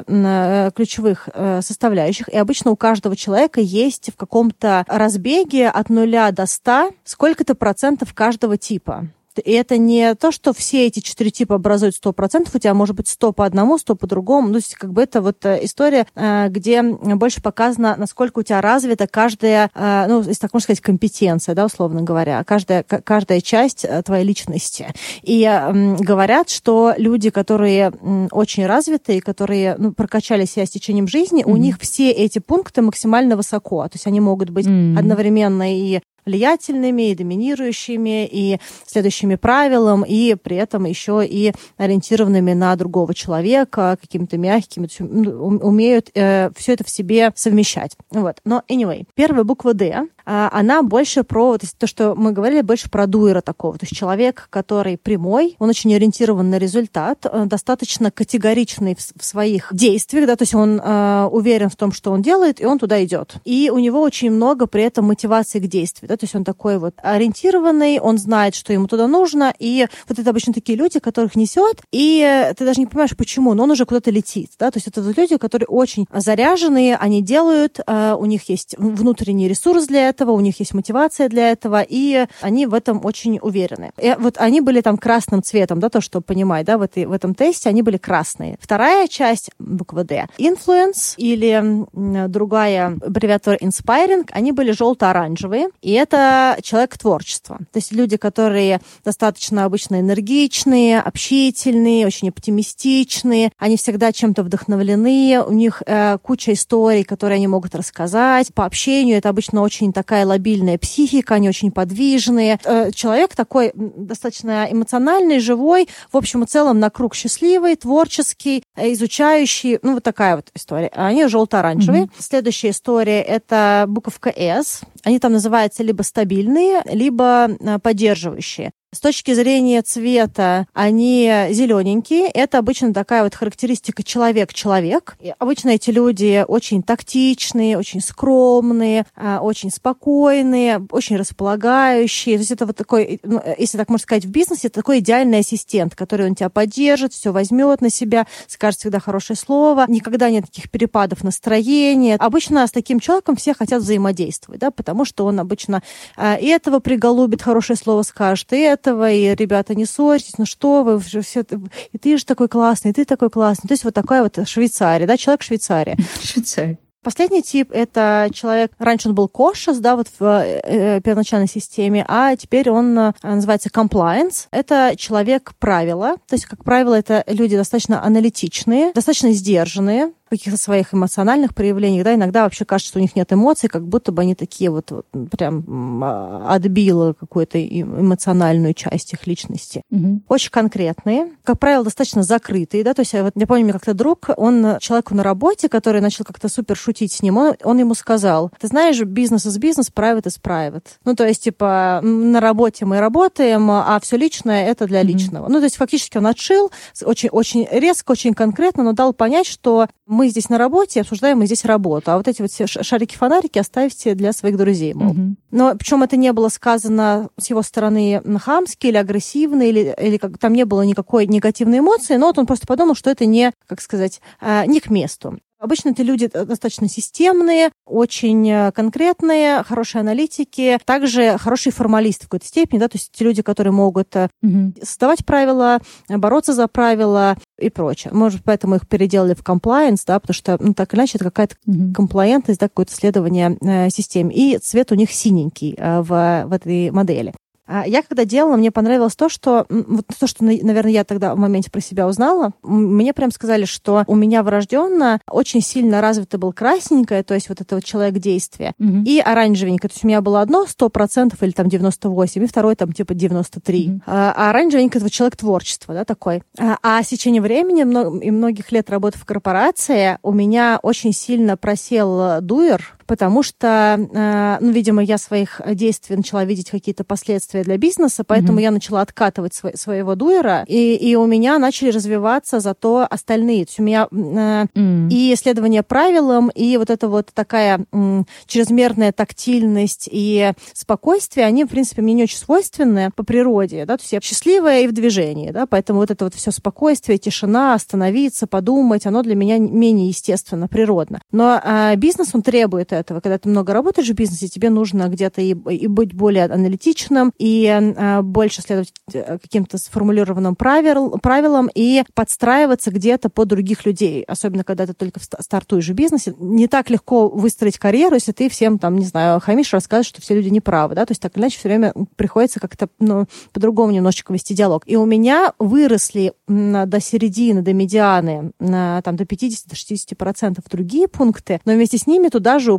4 ключевых составляющих, и обычно у каждого человека есть в каком-то разбеге от 0 до 100 сколько-то процентов каждого типа. И это не то, что все эти 4 типа образуют 100%, у тебя может быть 100 по одному, 100 по другому. То есть как бы это вот история, где больше показано, насколько у тебя развита каждая, если так можно сказать, компетенция, да, условно говоря, каждая часть твоей личности. И говорят, что люди, которые очень развитые, которые прокачали себя с течением жизни, у них все эти пункты максимально высоко. То есть они могут быть одновременно и влиятельными, и доминирующими, и следующими правилам, и при этом еще и ориентированными на другого человека, какими-то мягкими, умеют все это в себе совмещать. Вот. Но anyway, первая буква D, она больше про, то есть то, что мы говорили, больше про дуэра такого. То есть человек, который прямой, он очень ориентирован на результат, достаточно категоричный в своих действиях, да, то есть он уверен в том, что он делает, и он туда идет. И у него очень много при этом мотивации к действию, да, то есть он такой вот ориентированный, он знает, что ему туда нужно, и вот это обычно такие люди, которых несет, и ты даже не понимаешь, почему, но он уже куда-то летит, да, то есть это вот люди, которые очень заряженные, они делают, у них есть внутренний ресурс для этого, у них есть мотивация для этого, и они в этом очень уверены. И вот они были там красным цветом, да, то, что понимать, да, в этом тесте они были красные. Вторая часть, буква D, influence или другая аббревиатура inspiring, они были желто-оранжевые, и это человек творчества. То есть люди, которые достаточно обычно энергичные, общительные, очень оптимистичные, они всегда чем-то вдохновлены, у них куча историй, которые они могут рассказать. По общению это обычно очень такая лобильная психика, они очень подвижные. Человек такой достаточно эмоциональный, живой, в общем и целом на круг счастливый, творческий, изучающий, ну вот такая вот история. Они желто-оранжевые. Следующая история — это буковка S. Они там называются либо стабильные, либо поддерживающие. С точки зрения цвета они зелененькие. Это обычно такая вот характеристика человек-человек. И обычно эти люди очень тактичные, очень скромные, очень спокойные, очень располагающие. То есть это вот такой, ну, если так можно сказать, в бизнесе, это такой идеальный ассистент, который он тебя поддержит, все возьмет на себя, скажет всегда хорошее слово. Никогда нет таких перепадов настроения. Обычно с таким человеком все хотят взаимодействовать, да, потому что он обычно и этого приголубит, хорошее слово скажет, и этого, и ребята, не ссорьтесь, ну что вы, все, и ты же такой классный, и ты такой классный. То есть вот такая вот Швейцария, да, человек-Швейцария. Швейцария. Последний тип — это человек, раньше он был cautious, да, вот в первоначальной системе, а теперь он называется compliance. Это человек правила, то есть, как правило, это люди достаточно аналитичные, достаточно сдержанные в каких-то своих эмоциональных проявлениях, да, иногда вообще кажется, что у них нет эмоций, как будто бы они такие вот прям отбило какую-то эмоциональную часть их личности. Очень конкретные, как правило, достаточно закрытые, да, то есть вот я помню, мне как-то друг, он человеку на работе, который начал как-то супер шутить с ним, он ему сказал: ты знаешь, бизнес is business, private is private. Ну, то есть, типа, на работе мы работаем, а все личное — это для личного. Ну, то есть, фактически он отшил очень, очень резко, очень конкретно, но дал понять, что мы здесь на работе, обсуждаем мы здесь работу, а вот эти вот все шарики-фонарики оставьте для своих друзей, мол. Но причем это не было сказано с его стороны хамски или агрессивно, или как, там не было никакой негативной эмоции, но вот он просто подумал, что это не, как сказать, не к месту. Обычно это люди достаточно системные, очень конкретные, хорошие аналитики, также хорошие формалисты в какой-то степени, да, то есть те люди, которые могут создавать правила, бороться за правила и прочее. Может, поэтому их переделали в compliance, да, потому что, ну, так или иначе, это какая-то комплаентность, да, какое-то следование системе. И цвет у них синенький в этой модели. Я когда делала, мне понравилось то, что, наверное, я тогда в моменте про себя узнала. Мне прям сказали, что у меня врожденно очень сильно развито был красненькое, то есть вот это вот человек действия, и оранжевенькое. То есть у меня было одно 100% или там 98%, и второе там типа 93%. А оранжевенькое — это вот человек творчества, да, такой. А с течением времени и многих лет работы в корпорации у меня очень сильно просел дуэр, потому что, ну, видимо, я своих действий начала видеть какие-то последствия для бизнеса, поэтому я начала откатывать своего дуэра, и у меня начали развиваться зато остальные. То есть у меня и следование правилам, и вот эта вот такая чрезмерная тактильность и спокойствие, они, в принципе, мне не очень свойственны по природе, да, то есть я счастливая и в движении, да, поэтому вот это вот все спокойствие, тишина, остановиться, подумать, оно для меня менее естественно, природно. Но бизнес, он требует этого. Когда ты много работаешь в бизнесе, тебе нужно где-то и быть более аналитичным, и больше следовать каким-то сформулированным правилам, и подстраиваться где-то под других людей. Особенно, когда ты только стартуешь в бизнесе. Не так легко выстроить карьеру, если ты всем, там, не знаю, хамишь, рассказываешь, что все люди неправы, да, то есть так или иначе все время приходится как-то, ну, по-другому немножечко вести диалог. И у меня выросли до середины, до медианы, там, до 50-60% другие пункты, но вместе с ними туда же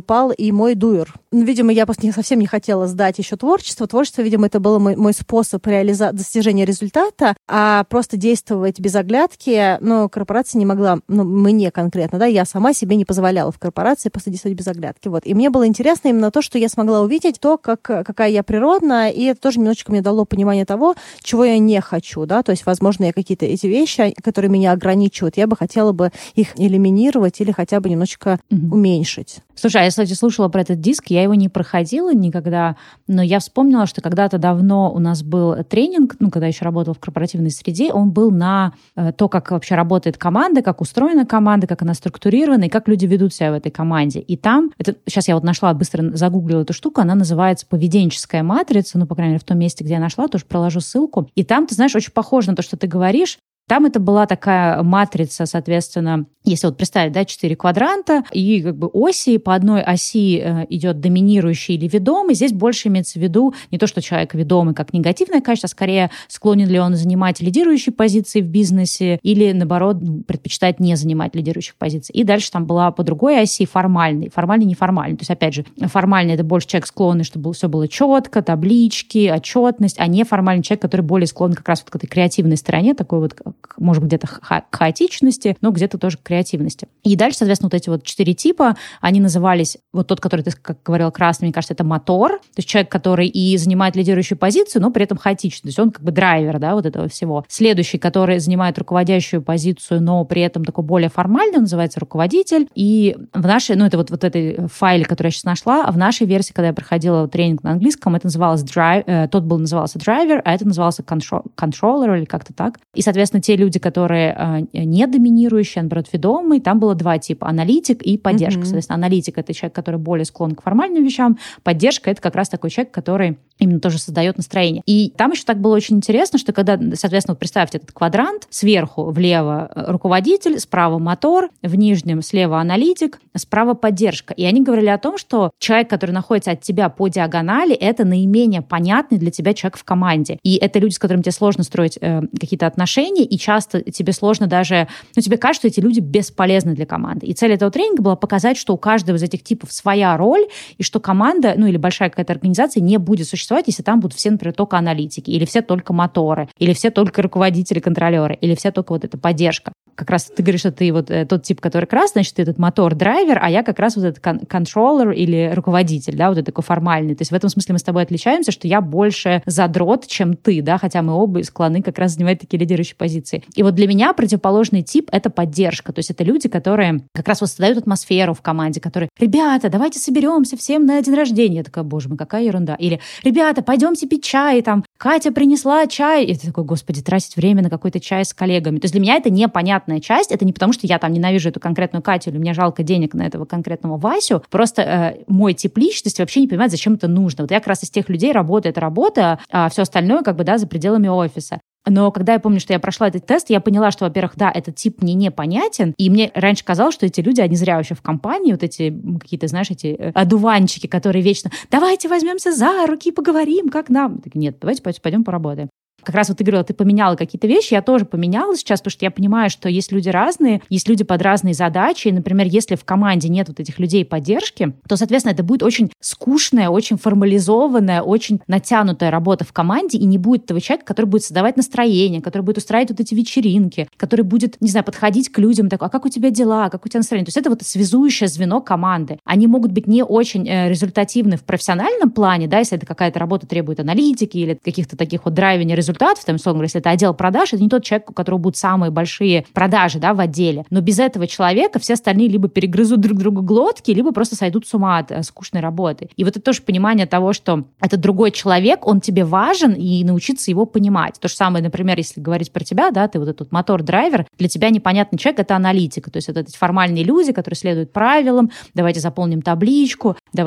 упал и мой дуэр. Видимо, я просто совсем не хотела сдать еще творчество. Творчество, видимо, это был мой способ достижения результата, а просто действовать без оглядки, корпорация не могла, мне конкретно, да, я сама себе не позволяла в корпорации просто действовать без оглядки. Вот. И мне было интересно именно то, что я смогла увидеть, то, какая я природная, и это тоже немножечко мне дало понимание того, чего я не хочу, да, то есть, возможно, я какие-то эти вещи, которые меня ограничивают, я бы хотела бы их элиминировать или хотя бы немножечко уменьшить. Слушай, я, кстати, слушала про этот диск, я его не проходила никогда, но я вспомнила, что когда-то давно у нас был тренинг, когда еще работала в корпоративной среде, он был на то, как вообще работает команда, как устроена команда, как она структурирована и как люди ведут себя в этой команде. И там, сейчас я вот нашла, быстро загуглила эту штуку, она называется поведенческая матрица, по крайней мере, в том месте, где я нашла, тоже приложу ссылку. И там, ты знаешь, очень похоже на то, что ты говоришь. Там это была такая матрица, соответственно, если вот представить, да, 4 квадранта и как бы оси, по одной оси идет доминирующий или ведомый. Здесь больше имеется в виду не то, что человек ведомый как негативное качество, а скорее склонен ли он занимать лидирующие позиции в бизнесе или, наоборот, предпочитает не занимать лидирующих позиций. И дальше там была по другой оси формальный, неформальный. То есть, опять же, формальный — это больше человек склонный, чтобы все было четко, таблички, отчетность, а неформальный человек, который более склонен как раз вот к этой креативной стороне, такой вот, может быть, где-то к хаотичности, но где-то тоже к креативности. И дальше, соответственно, вот эти вот 4 типа, они назывались, вот тот, который ты, как говорил, красный, мне кажется, это мотор, то есть человек, который и занимает лидирующую позицию, но при этом хаотичный, то есть он как бы драйвер, да, вот этого всего. Следующий, который занимает руководящую позицию, но при этом такой более формальный, он называется руководитель. И в нашей, это вот этой файле, который я сейчас нашла, а в нашей версии, когда я проходила тренинг на английском, это называлось назывался драйвер, а это назывался controller или как-то так. И, соответственно, те люди, которые не доминирующие, а наоборот, ведомые, там было 2 типа: аналитик и поддержка. Соответственно, аналитик — это человек, который более склонен к формальным вещам, поддержка — это как раз такой человек, который именно тоже создает настроение. И там еще так было очень интересно, что когда, соответственно, вот представьте этот квадрант, сверху влево руководитель, справа мотор, в нижнем слева аналитик, справа поддержка. И они говорили о том, что человек, который находится от тебя по диагонали, это наименее понятный для тебя человек в команде. И это люди, с которыми тебе сложно строить какие-то отношения, и часто тебе сложно даже, тебе кажется, что эти люди бесполезны для команды. И цель этого тренинга была показать, что у каждого из этих типов своя роль, и что команда, или большая какая-то организация не будет существовать, если там будут все, например, только аналитики, или все только моторы, или все только руководители, контролеры, или все только вот эта поддержка. Как раз ты говоришь, что ты вот тот тип, который красный, значит, ты этот мотор-драйвер, а я как раз вот этот контроллер или руководитель, да, вот этот такой формальный. То есть в этом смысле мы с тобой отличаемся, что я больше задрот, чем ты, да, хотя мы оба склонны как раз занимать такие лидирующие позиции. И вот для меня противоположный тип — это поддержка. То есть это люди, которые как раз вот создают атмосферу в команде, которые: ребята, давайте соберемся всем на день рождения. Я такая: боже мой, какая ерунда. Или: ребята, пойдемте пить чай, там, Катя принесла чай. И ты такой: господи, тратить время на какой-то чай с коллегами. То есть для меня это непонятная часть. Это не потому, что я там ненавижу эту конкретную Катю или мне жалко денег на этого конкретного Васю. Просто мой тип личности вообще не понимает, зачем это нужно. Вот я как раз из тех людей, работа — это работа, а все остальное как бы, да, за пределами офиса. Но когда я помню, что я прошла этот тест, я поняла, что, во-первых, да, этот тип мне непонятен, и мне раньше казалось, что эти люди, они зря вообще в компании, вот эти какие-то, знаешь, эти одуванчики, которые вечно: давайте возьмемся за руки и поговорим, как нам. Так, нет, давайте пойдем поработаем. Как раз вот ты говорила, ты поменяла какие-то вещи, я тоже поменяла сейчас, потому что я понимаю, что есть люди разные, есть люди под разные задачи, и, например, если в команде нет вот этих людей поддержки, то, соответственно, это будет очень скучная, очень формализованная, очень натянутая работа в команде, и не будет того человека, который будет создавать настроение, который будет устраивать вот эти вечеринки, который будет, не знаю, подходить к людям, такой: а как у тебя дела, как у тебя настроение? То есть это вот связующее звено команды. Они могут быть не очень результативны в профессиональном плане, да, если это какая-то работа требует аналитики или каких-то таких вот драйвинг результатов, там, условно говоря, если это отдел продаж, это не тот человек, у которого будут самые большие продажи, да, в отделе. Но без этого человека все остальные либо перегрызут друг другу глотки, либо просто сойдут с ума от скучной работы. И вот это тоже понимание того, что этот другой человек, он тебе важен, и научиться его понимать. То же самое, например, если говорить про тебя, да, ты вот этот мотор-драйвер, для тебя непонятный человек — это аналитика. То есть это эти формальные люди, которые следуют правилам: давайте заполним табличку, давайте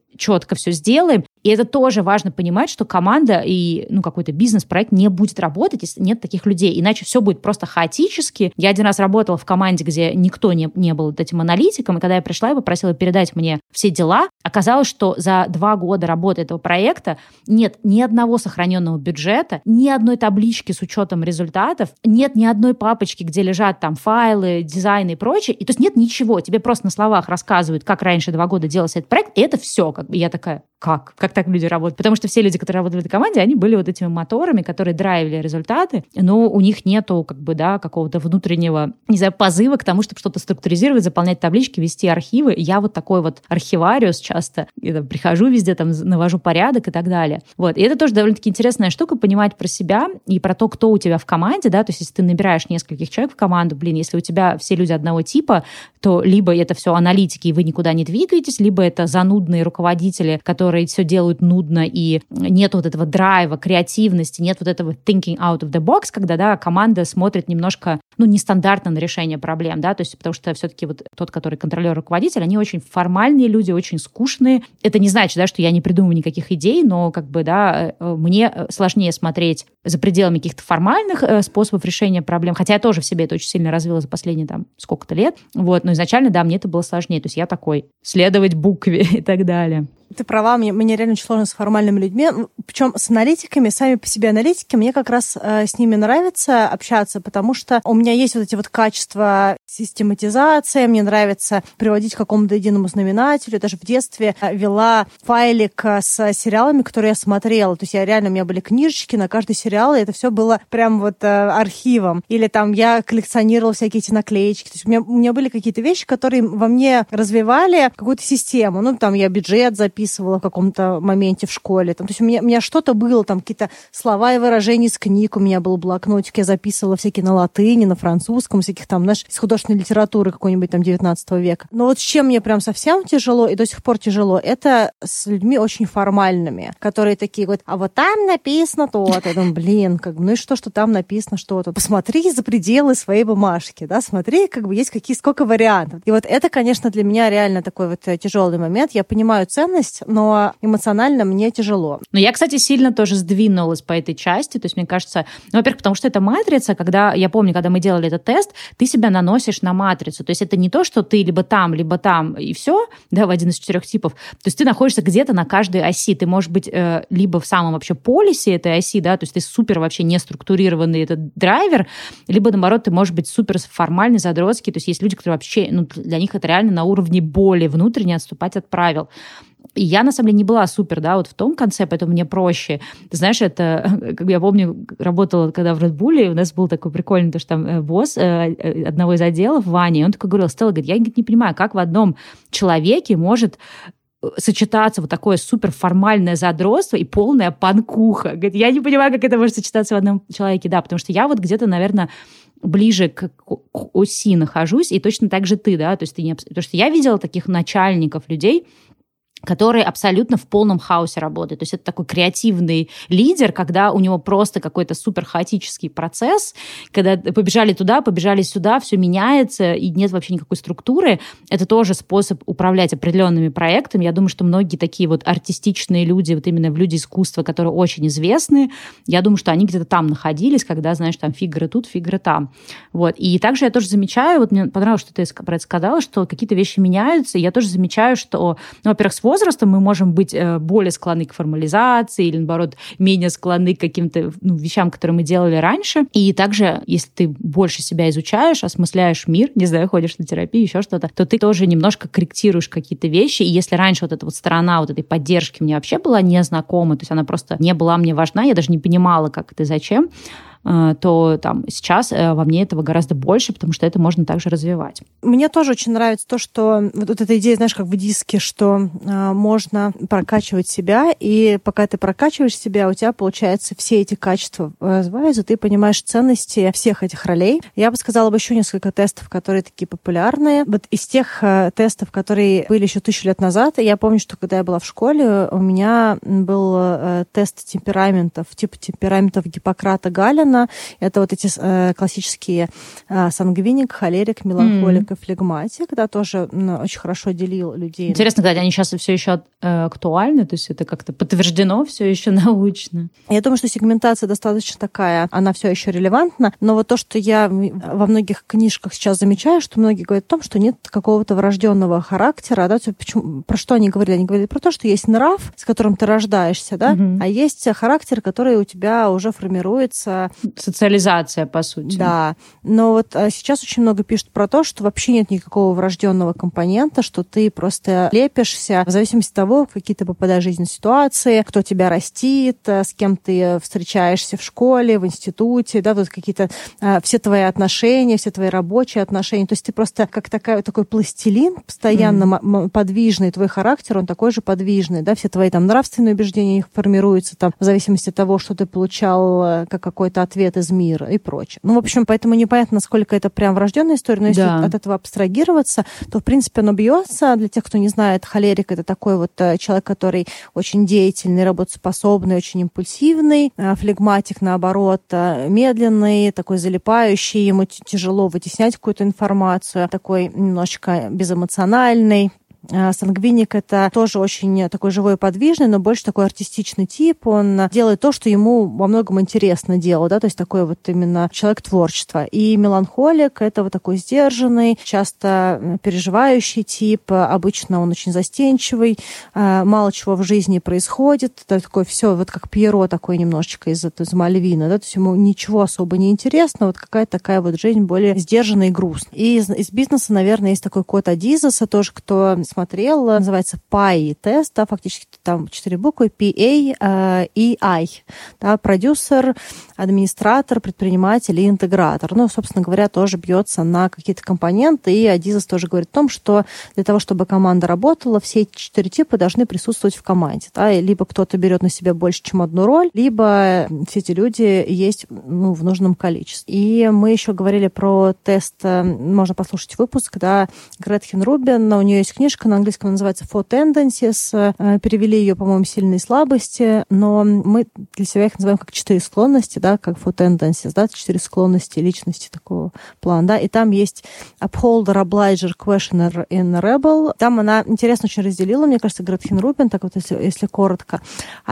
четко все сделаем. И это тоже важно понимать, что команда и какой-то бизнес-проект не будет работать, если нет таких людей. Иначе все будет просто хаотически. Я один раз работала в команде, где никто не был вот этим аналитиком, и когда я пришла и попросила передать мне все дела, оказалось, что за 2 года работы этого проекта нет ни одного сохраненного бюджета, ни одной таблички с учетом результатов, нет ни одной папочки, где лежат там файлы, дизайны и прочее. И то есть нет ничего. Тебе просто на словах рассказывают, как раньше 2 года делался этот проект, и это все. И я такая, как так люди работают? Потому что все люди, которые работали в этой команде, они были вот этими моторами, которые драйвили результаты, но у них нету какого-то внутреннего, не знаю, позыва к тому, чтобы что-то структуризировать, заполнять таблички, вести архивы. Я вот такой вот архивариус часто. Я прихожу везде, навожу порядок и так далее. Вот. И это тоже довольно-таки интересная штука, понимать про себя и про то, кто у тебя в команде, да, то есть если ты набираешь нескольких человек в команду, если у тебя все люди одного типа, то либо это все аналитики, и вы никуда не двигаетесь, либо это занудные руководители, которые все делают нудно, и нет вот этого драйва, креативности, нет вот этого thinking out of the box, когда, да, команда смотрит немножко, нестандартно на решение проблем, да, то есть потому что все-таки вот тот, который контролер, руководитель, они очень формальные люди, очень скучные. Это не значит, да, что я не придумываю никаких идей, но мне сложнее смотреть за пределами каких-то формальных способов решения проблем, хотя я тоже в себе это очень сильно развила за последние сколько-то лет, вот, но изначально, да, мне это было сложнее, то есть я такой, следовать букве и так далее. Ты права, мне реально очень сложно с формальными людьми. Причем с аналитиками, сами по себе аналитики, мне как раз с ними нравится общаться, потому что у меня есть вот эти вот качества систематизации, мне нравится приводить к какому-то единому знаменателю. Даже в детстве вела файлик с сериалами, которые я смотрела. То есть у меня были книжечки на каждый сериал, и это все было прям вот архивом. Или я коллекционировала всякие эти наклеечки. То есть у меня были какие-то вещи, которые во мне развивали какую-то систему. Я бюджет записывала в каком-то моменте в школе. То есть у меня что-то было, какие-то слова и выражения из книг, у меня был блокнотик, я записывала всякие на латыни, на французском, всяких из художественной литературы какой-нибудь 19 века. Но вот с чем мне прям совсем тяжело, и до сих пор тяжело, это с людьми очень формальными, которые такие говорят, а вот там написано то-то. Я думаю, и что там написано что-то. Посмотри за пределы своей бумажки, да, смотри, есть сколько вариантов. И вот это, конечно, для меня реально такой вот тяжелый момент. Я понимаю ценность, но эмоционально мне тяжело. Но я, кстати, сильно тоже сдвинулась по этой части. То есть, мне кажется, во-первых, потому что это матрица, я помню, когда мы делали этот тест, ты себя наносишь на матрицу. То есть, это не то, что ты либо там, и все, да, в один из 4 типов. То есть, ты находишься где-то на каждой оси. Ты можешь быть либо в самом вообще полюсе этой оси, да, то есть, ты супер вообще не структурированный этот драйвер, либо, наоборот, ты можешь быть супер формальный, задротский. То есть, есть люди, которые вообще, для них это реально на уровне боли внутренне отступать от правил. И я, на самом деле, не была супер, да, вот в том конце, поэтому мне проще. Ты знаешь, это, как я помню, работала когда в Red Bull, у нас был такой прикольный, потому что там босс одного из отделов, Ваня, и он такой говорил, Стелла, говорит, я не понимаю, как в одном человеке может сочетаться вот такое суперформальное задротство и полная панкуха. Говорит, я не понимаю, как это может сочетаться в одном человеке. Да, потому что я вот где-то, наверное, ближе к оси нахожусь, и точно так же ты, да, то есть потому что я видела таких начальников, людей, которые абсолютно в полном хаосе работают. То есть это такой креативный лидер, когда у него просто какой-то супер хаотический процесс, когда побежали туда, побежали сюда, все меняется, и нет вообще никакой структуры. Это тоже способ управлять определенными проектами. Я думаю, что многие такие вот артистичные люди, вот именно люди искусства, которые очень известны, я думаю, что они где-то там находились, когда, знаешь, там фигуры тут, фигуры там. Вот. И также я тоже замечаю, вот мне понравилось, что ты про это сказала, что какие-то вещи меняются, и я тоже замечаю, что, во-первых, с возрастом мы можем быть более склонны к формализации или, наоборот, менее склонны к каким-то вещам, которые мы делали раньше. И также, если ты больше себя изучаешь, осмысляешь мир, не знаю, ходишь на терапию, еще что-то, то ты тоже немножко корректируешь какие-то вещи. И если раньше вот эта вот сторона вот этой поддержки мне вообще была незнакома, то есть она просто не была мне важна, я даже не понимала, как это и зачем, то сейчас во мне этого гораздо больше, потому что это можно также развивать. Мне тоже очень нравится то, что вот эта идея, знаешь, как в диске, что можно прокачивать себя, и пока ты прокачиваешь себя, у тебя, получается, все эти качества развиваются, ты понимаешь ценности всех этих ролей. Я бы сказала еще несколько тестов, которые такие популярные. Вот из тех тестов, которые были еще 1000 лет назад, я помню, что когда я была в школе, у меня был тест темпераментов, типа темпераментов Гиппократа Галлина, Рубена. Это вот эти классические сангвиник, холерик, меланхолик и флегматик, да, тоже очень хорошо делил людей. Интересно, кстати, они сейчас все еще актуальны, то есть это как-то подтверждено все еще научно. Я думаю, что сегментация достаточно такая, она все еще релевантна, но вот то, что я во многих книжках сейчас замечаю, что многие говорят о том, что нет какого-то врожденного характера, да, почему, про что они говорили? Они говорили про то, что есть нрав, с которым ты рождаешься, да, а есть характер, который у тебя уже формируется. Социализация, по сути. Да, но вот сейчас очень много пишут про то, что вообще нет никакого врожденного компонента, что ты просто лепишься в зависимости от того, в какие ты попадаешь в жизненные ситуации, кто тебя растит, с кем ты встречаешься в школе, в институте, да, вот какие-то все твои отношения, все твои рабочие отношения. То есть ты просто как такой пластилин постоянно подвижный, твой характер, он такой же подвижный, да, все твои там нравственные убеждения их формируются там в зависимости от того, что ты получал как какой-то ответ из мира и прочее. Ну, в общем, поэтому непонятно, насколько это прям врожденная история, но если от этого абстрагироваться, то, в принципе, оно бьется. Для тех, кто не знает, холерик — это такой вот человек, который очень деятельный, работоспособный, очень импульсивный. Флегматик, наоборот, медленный, такой залипающий, ему тяжело вытеснять какую-то информацию, такой немножечко безэмоциональный. Сангвиник — это тоже очень такой живой и подвижный, но больше такой артистичный тип. Он делает то, что ему во многом интересно делать, да, то есть такой вот именно человек творчества. И меланхолик — это вот такой сдержанный, часто переживающий тип. Обычно он очень застенчивый, мало чего в жизни происходит. Это такой все вот как Пьеро такой немножечко из Мальвина, да, то есть ему ничего особо не интересно, вот какая-то такая вот жизнь более сдержанная и грустная. И из бизнеса, наверное, есть такой код Адизеса тоже, кто смотрел, называется PAI-тест, да, фактически там 4 буквы, P-A-E-I, да, продюсер, администратор, предприниматель и интегратор. Ну, собственно говоря, тоже бьется на какие-то компоненты, и Адизес тоже говорит о том, что для того, чтобы команда работала, все эти 4 типа должны присутствовать в команде, да, и либо кто-то берет на себя больше, чем одну роль, либо все эти люди есть, ну, в нужном количестве. И мы еще говорили про тест, можно послушать выпуск, да, Гретхен Рубен, у нее есть книжка, на английском она называется Four Tendencies. Перевели ее, по-моему, «Сильные слабости», но мы для себя их называем как 4 склонности, да, как Four Tendencies, да, 4 склонности личности такого плана, да, и там есть Upholder, Obliger, Questioner и Rebel. Там она интересно очень разделила, мне кажется, Гретхен Рубен, так вот, если коротко,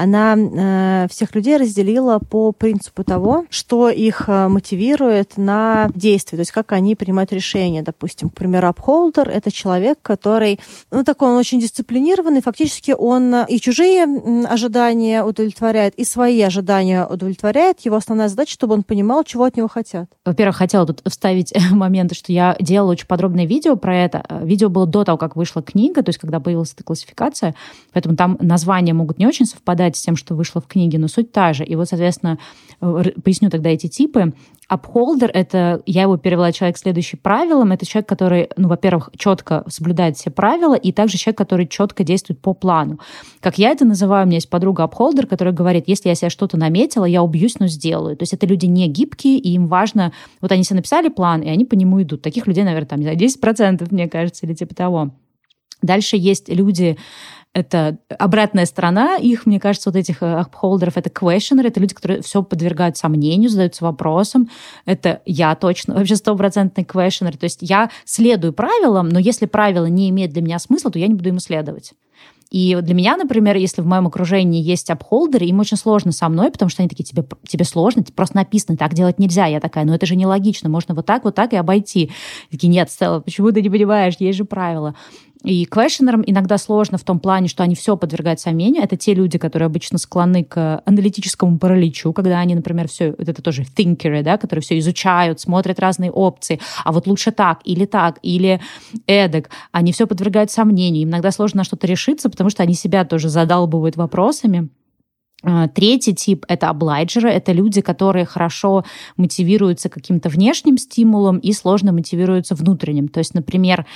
она всех людей разделила по принципу того, что их мотивирует на действие, то есть как они принимают решения. Допустим, к примеру, Upholder — это человек, который, ну, такой он очень дисциплинированный, фактически он и чужие ожидания удовлетворяет, и свои ожидания удовлетворяет. Его основная задача, чтобы он понимал, чего от него хотят. Во-первых, хотела тут вставить момент, что я делала очень подробное видео про это. Видео было до того, как вышла книга, то есть когда появилась эта классификация, поэтому там названия могут не очень совпадать с тем, что вышло в книге, но суть та же. И вот, соответственно, поясню тогда эти типы. Upholder — это, я его перевела, человек, следующий правилам. Это человек, который, ну, во-первых, четко соблюдает все правила, и также человек, который четко действует по плану. Как я это называю, у меня есть подруга Upholder, которая говорит, если я себе что-то наметила, я убьюсь, но сделаю. То есть это люди не гибкие, и им важно, вот они себе написали план, и они по нему идут. Таких людей, наверное, там, не знаю, 10%, мне кажется, или типа того. Дальше есть люди, это обратная сторона их, мне кажется, вот этих апхолдеров, это questioner, это люди, которые все подвергают сомнению, задаются вопросом. Это я точно, вообще 100% questioner. То есть я следую правилам, но если правило не имеет для меня смысла, то я не буду ему следовать. И для меня, например, если в моем окружении есть апхолдеры, им очень сложно со мной, потому что они такие, тебе сложно, тебе просто написано, так делать нельзя. Я такая, это же нелогично, можно вот так и обойти. Такие, нет, Стелла, почему ты не понимаешь, есть же правила. И questionерам иногда сложно в том плане, что они все подвергают сомнению. Это те люди, которые обычно склонны к аналитическому параличу, когда они, например, все, это тоже thinkerы, да, которые все изучают, смотрят разные опции, а вот лучше так, или эдак. Они все подвергают сомнению. Им иногда сложно на что-то решиться, потому что они себя тоже задалбывают вопросами. Третий тип — это облайджеры. Это люди, которые хорошо мотивируются каким-то внешним стимулом и сложно мотивируются внутренним. То есть, например,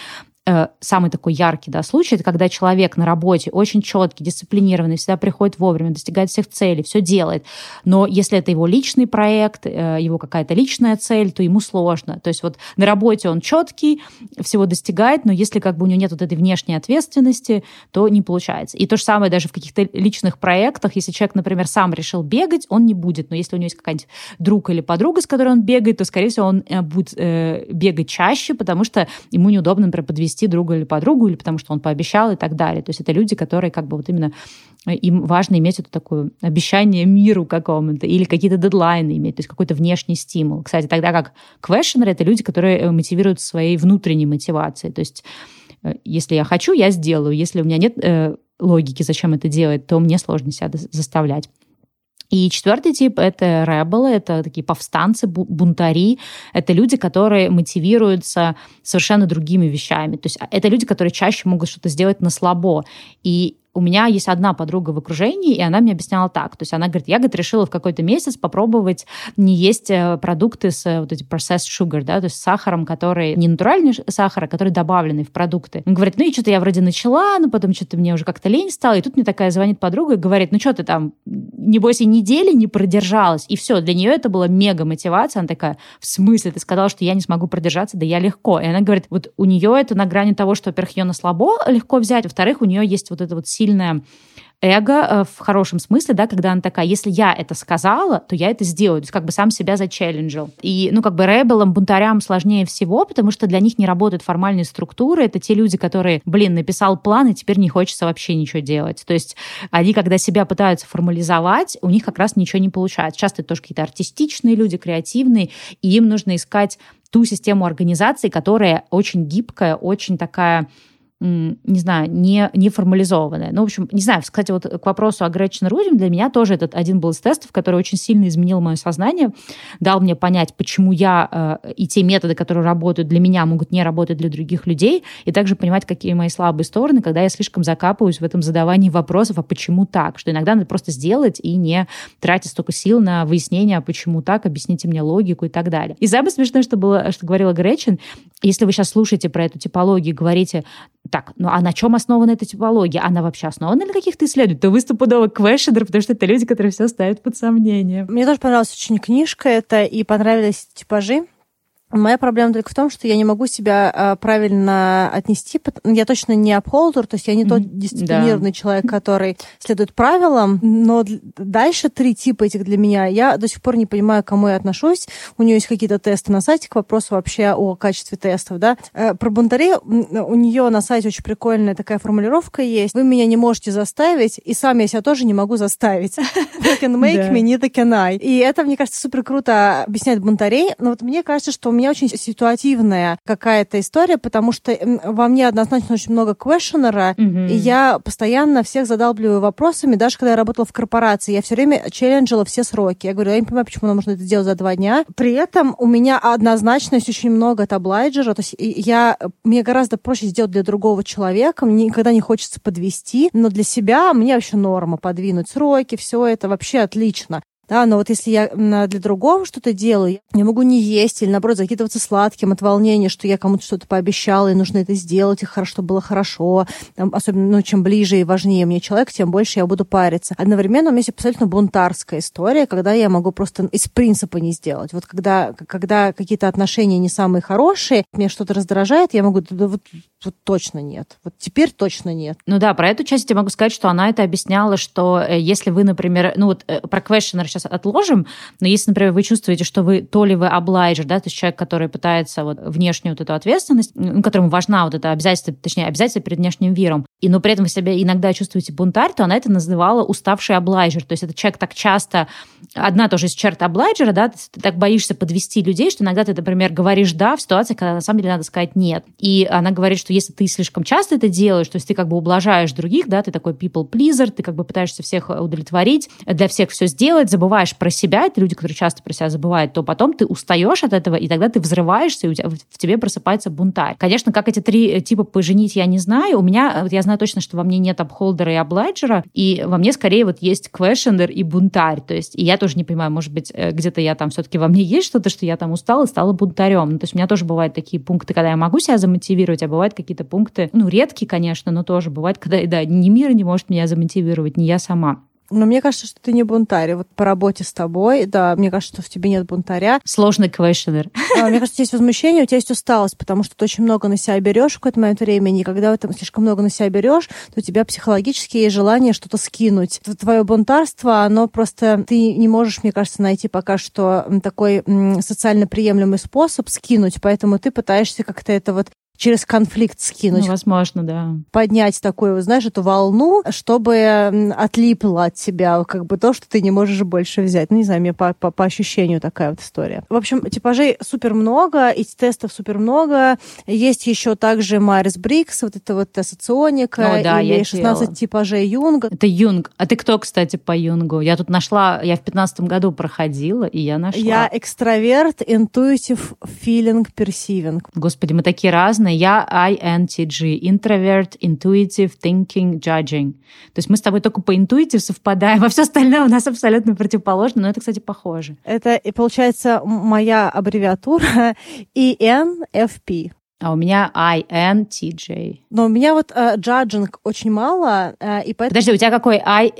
самый такой яркий, да, случай, это когда человек на работе очень четкий, дисциплинированный, всегда приходит вовремя, достигает всех целей, все делает. Но если это его личный проект, его какая-то личная цель, то ему сложно. То есть вот на работе он четкий, всего достигает, но если как бы у него нет вот этой внешней ответственности, то не получается. И то же самое даже в каких-то личных проектах. Если человек, например, сам решил бегать, он не будет. Но если у него есть какая-нибудь друг или подруга, с которой он бегает, то, скорее всего, он будет бегать чаще, потому что ему неудобно, например, подвести друга или подругу, или потому что он пообещал и так далее. То есть это люди, которые как бы вот именно им важно иметь это такое обещание миру какому-то или какие-то дедлайны иметь, то есть какой-то внешний стимул. Кстати, тогда как questioner — это люди, которые мотивируют своей внутренней мотивацией. То есть если я хочу, я сделаю. Если у меня нет логики, зачем это делать, то мне сложно себя заставлять. И четвертый тип — это ребелы, это такие повстанцы, бунтари. Это люди, которые мотивируются совершенно другими вещами. То есть это люди, которые чаще могут что-то сделать на слабо. И у меня есть одна подруга в окружении, и она мне объясняла так. То есть она говорит, я, говорит, решила в какой-то месяц попробовать не есть продукты с вот эти processed sugar, да, то есть с сахаром, который не натуральный сахар, а который добавленный в продукты. Он говорит, ну и что-то я вроде начала, но потом что-то мне уже как-то лень стало. И тут мне такая звонит подруга и говорит, ну что ты там, небось, и недели не продержалась. И все, для нее это была мега мотивация. Она такая, в смысле? Ты сказала, что я не смогу продержаться? Да я легко. И она говорит, вот у нее это на грани того, что, во-первых, ее на слабо легко взять, во-вторых, у нее есть вот это вот сильное эго в хорошем смысле, да, когда она такая, если я это сказала, то я это сделаю. То есть как бы сам себя зачелленджил. И, ну, как бы ребелам, бунтарям сложнее всего, потому что для них не работают формальные структуры. Это те люди, которые, написал план, и теперь не хочется вообще ничего делать. То есть они, когда себя пытаются формализовать, у них как раз ничего не получается. Часто это тоже какие-то артистичные люди, креативные, и им нужно искать ту систему организации, которая очень гибкая, очень такая, не знаю, не формализованная. Ну, в общем, не знаю, кстати, вот к вопросу о Gretchen Rubin, для меня тоже этот один был из тестов, который очень сильно изменил мое сознание, дал мне понять, почему я и те методы, которые работают для меня, могут не работать для других людей, и также понимать, какие мои слабые стороны, когда я слишком закапываюсь в этом задавании вопросов, а почему так? Что иногда надо просто сделать и не тратить столько сил на выяснение, а почему так, объясните мне логику и так далее. И самое смешное, что говорила Гретчен, если вы сейчас слушаете про эту типологию, говорите, так, ну а на чем основана эта типология? Она вообще основана на каких-то исследованиях? То вы стопудово questioner, потому что это люди, которые все ставят под сомнение. Мне тоже понравилась очень книжка эта, и понравились типажи. Моя проблема только в том, что я не могу себя правильно отнести. Я точно не upholder, то есть я не тот дисциплинированный человек, который следует правилам, но дальше 3 типа этих для меня. Я до сих пор не понимаю, к кому я отношусь. У нее есть какие-то тесты на сайте к вопросу вообще о качестве тестов. Да? Про бунтарей у нее на сайте очень прикольная такая формулировка есть. Вы меня не можете заставить, и сам я себя тоже не могу заставить. You can make me, neither can I. И это, мне кажется, супер круто объясняет бунтарей. Но вот мне кажется, что у меня очень ситуативная какая-то история, потому что во мне однозначно очень много questionера, и я постоянно всех задалбливаю вопросами, даже когда я работала в корпорации, я все время челленджила все сроки. Я говорю, я не понимаю, почему нам нужно это делать за 2 дня. При этом у меня однозначно есть очень много от облайджера, то есть мне гораздо проще сделать для другого человека, мне никогда не хочется подвести, но для себя мне вообще норма подвинуть сроки, все это вообще отлично. Да, но вот если я для другого что-то делаю, я могу не есть или, наоборот, закидываться сладким от волнения, что я кому-то что-то пообещала, и нужно это сделать, и чтобы было хорошо. Там, особенно, чем ближе и важнее мне человек, тем больше я буду париться. Одновременно у меня есть абсолютно бунтарская история, когда я могу просто из принципа не сделать. Вот когда какие-то отношения не самые хорошие, меня что-то раздражает, я могу, вот точно нет. Вот теперь точно нет. Ну да, про эту часть я могу сказать, что она это объясняла, что если вы, например, про questioner сейчас отложим, но если, например, вы чувствуете, что вы то ли вы облайджер, да, то есть человек, который пытается вот внешнюю вот эту ответственность, которому важна вот это обязательство, точнее, обязательство перед внешним миром, но при этом вы себя иногда чувствуете бунтарь, то она это называла уставший облайджер. То есть этот человек так часто, одна тоже из черт облайджера, да, ты так боишься подвести людей, что иногда ты, например, говоришь «да» в ситуации, когда на самом деле надо сказать «нет». И она говорит, что если ты слишком часто это делаешь, то есть ты как бы ублажаешь других, да, ты такой people pleaser, ты как бы пытаешься всех удовлетворить, для всех все сделать, забываешь про себя, это люди, которые часто про себя забывают, то потом ты устаешь от этого, и тогда ты взрываешься, и в тебе просыпается бунтарь. Конечно, как эти 3 типа поженить, я не знаю. У меня, я знаю точно, что во мне нет апхолдера и облайджера, и во мне скорее вот есть questioner и бунтарь. То есть, и я тоже не понимаю, может быть, где-то я там все-таки во мне есть что-то, что я там устала и стала бунтарем. Ну, то есть у меня тоже бывают такие пункты, когда я могу себя замотивировать, а бывают какие-то пункты, ну, редкие, конечно, но тоже бывает, когда, да, ни мир не может меня замотивировать, ни я сама. Но мне кажется, что ты не бунтарь. Вот по работе с тобой, да, мне кажется, что в тебе нет бунтаря. Сложный questioner. Мне кажется, у тебя есть возмущение, у тебя есть усталость, потому что ты очень много на себя берешь в какой-то момент времени, и когда ты слишком много на себя берешь, то у тебя психологически есть желание что-то скинуть. Твое бунтарство, оно просто... Ты не можешь, мне кажется, найти пока что такой социально приемлемый способ скинуть, поэтому ты пытаешься как-то это вот через конфликт скинуть. Ну, возможно, да. Поднять такую, знаешь, эту волну, чтобы отлипло от тебя как бы то, что ты не можешь больше взять. Ну, не знаю, мне по ощущению такая вот история. В общем, типажей супер много, и тестов супер много. Есть еще также Майерс-Бриггс, вот это вот соционика, да, или 16 типажей Юнга. Это Юнг. А ты кто, кстати, по Юнгу? Я тут нашла, я в 15 году проходила, и я нашла. Я экстраверт, intuitive, feeling, perceiving. Господи, мы такие разные. Я INTJ, introvert, intuitive, thinking, judging. То есть мы с тобой только по intuitive совпадаем, а все остальное у нас абсолютно противоположно, но это, кстати, похоже. Это, получается, моя аббревиатура ENFP. А у меня INTJ. Но у меня вот judging очень мало, и поэтому... Подожди, у тебя какой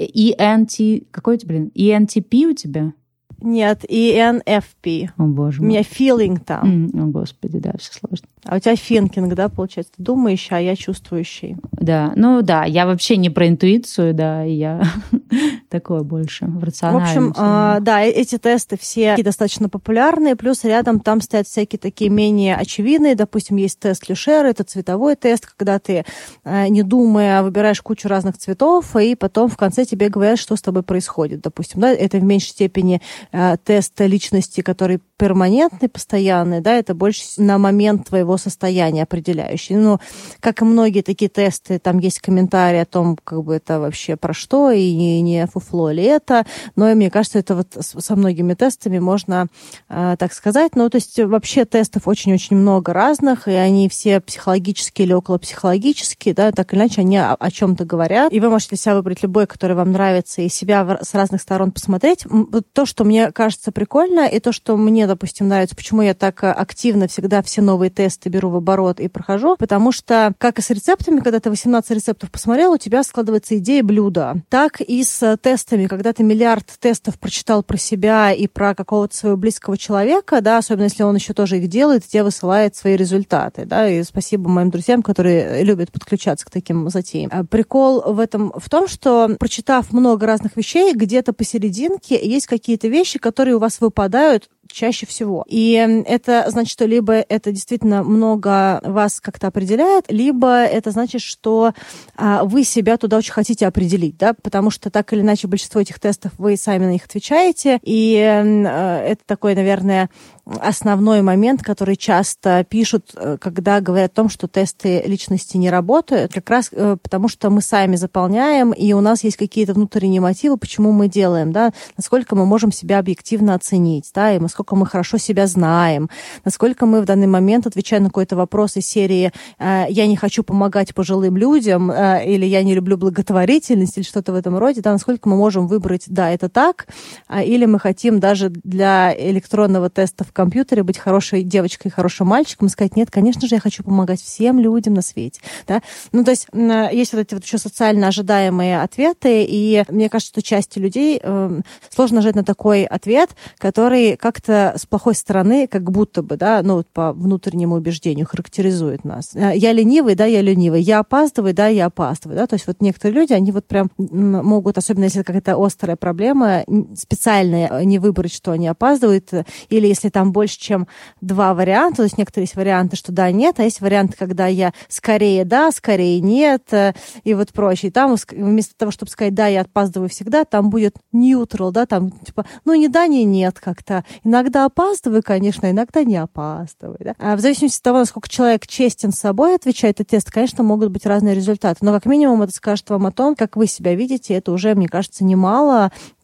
ENT... Какой у тебя, ENTP у тебя? Нет, ENFP. О, боже мой. У меня feeling там. О, господи, да, все сложно. А у тебя thinking, да, получается? Ты думающий, а я чувствующий. Да, ну да, я вообще не про интуицию, да, я такое больше в рациональном. В общем, да, эти тесты все достаточно популярные, плюс рядом там стоят всякие такие менее очевидные. Допустим, есть тест Люшера, это цветовой тест, когда ты, не думая, выбираешь кучу разных цветов, и потом в конце тебе говорят, что с тобой происходит. Допустим, да, это в меньшей степени тест личности, который перманентный, постоянный, да, это больше на момент твоего состояния определяющий. Ну, как и многие такие тесты, там есть комментарии о том, как бы это вообще про что, и не фуфло ли это, но мне кажется, это вот со многими тестами можно так сказать. Ну, то есть вообще тестов очень-очень много разных, и они все психологические или околопсихологические, да, так или иначе они о чем-то говорят, и вы можете для себя выбрать любой, который вам нравится, и себя с разных сторон посмотреть. То, что мне кажется прикольно, и то, что мне, допустим, нравится, почему я так активно всегда все новые тесты беру в оборот и прохожу, потому что, как и с рецептами, когда ты 18 рецептов посмотрел, у тебя складывается идея блюда. Так и с тестами, когда ты миллиард тестов прочитал про себя и про какого-то своего близкого человека, да, особенно если он еще тоже их делает, тебе высылает свои результаты, да, и спасибо моим друзьям, которые любят подключаться к таким затеям. Прикол в том, что, прочитав много разных вещей, где-то посерединке есть какие-то вещи, которые у вас выпадают чаще всего. И это значит, что либо это действительно много вас как-то определяет, либо это значит, что вы себя туда очень хотите определить, да, потому что так или иначе большинство этих тестов вы сами на них отвечаете, и это такой, наверное, основной момент, который часто пишут, когда говорят о том, что тесты личности не работают, как раз потому, что мы сами заполняем, и у нас есть какие-то внутренние мотивы, почему мы делаем, да, насколько мы можем себя объективно оценить, да, и насколько мы хорошо себя знаем, насколько мы в данный момент, отвечая на какой-то вопрос из серии «я не хочу помогать пожилым людям» или «я не люблю благотворительность» или что-то в этом роде, да, насколько мы можем выбрать «да, это так», или мы хотим даже для электронного теста в компьютере быть хорошей девочкой, хорошим мальчиком и сказать «нет, конечно же, я хочу помогать всем людям на свете». Да? Ну, то есть есть вот эти вот еще социально ожидаемые ответы, и мне кажется, что части людей сложно нажать на такой ответ, который как-то с плохой стороны, как будто бы, да, ну, вот по внутреннему убеждению характеризует нас. Я ленивый, да, я ленивый. Я опаздываю, да, я опаздываю. Да? То есть вот некоторые люди, они вот прям могут, особенно если какая-то острая проблема, специально не выбрать, что они опаздывают, или если там больше, чем 2 варианта, то есть некоторые есть варианты, что да, нет, а есть варианты, когда я скорее да, скорее нет, и вот прочее. И там вместо того, чтобы сказать да, я опаздываю всегда, там будет neutral, да, там типа, ну, ни да, ни нет как-то. Иногда опаздываю, конечно, иногда не опаздываю. Да? А в зависимости от того, насколько человек честен с собой, отвечает на тест, конечно, могут быть разные результаты. Но как минимум это скажет вам о том, как вы себя видите. Это уже, мне кажется, немало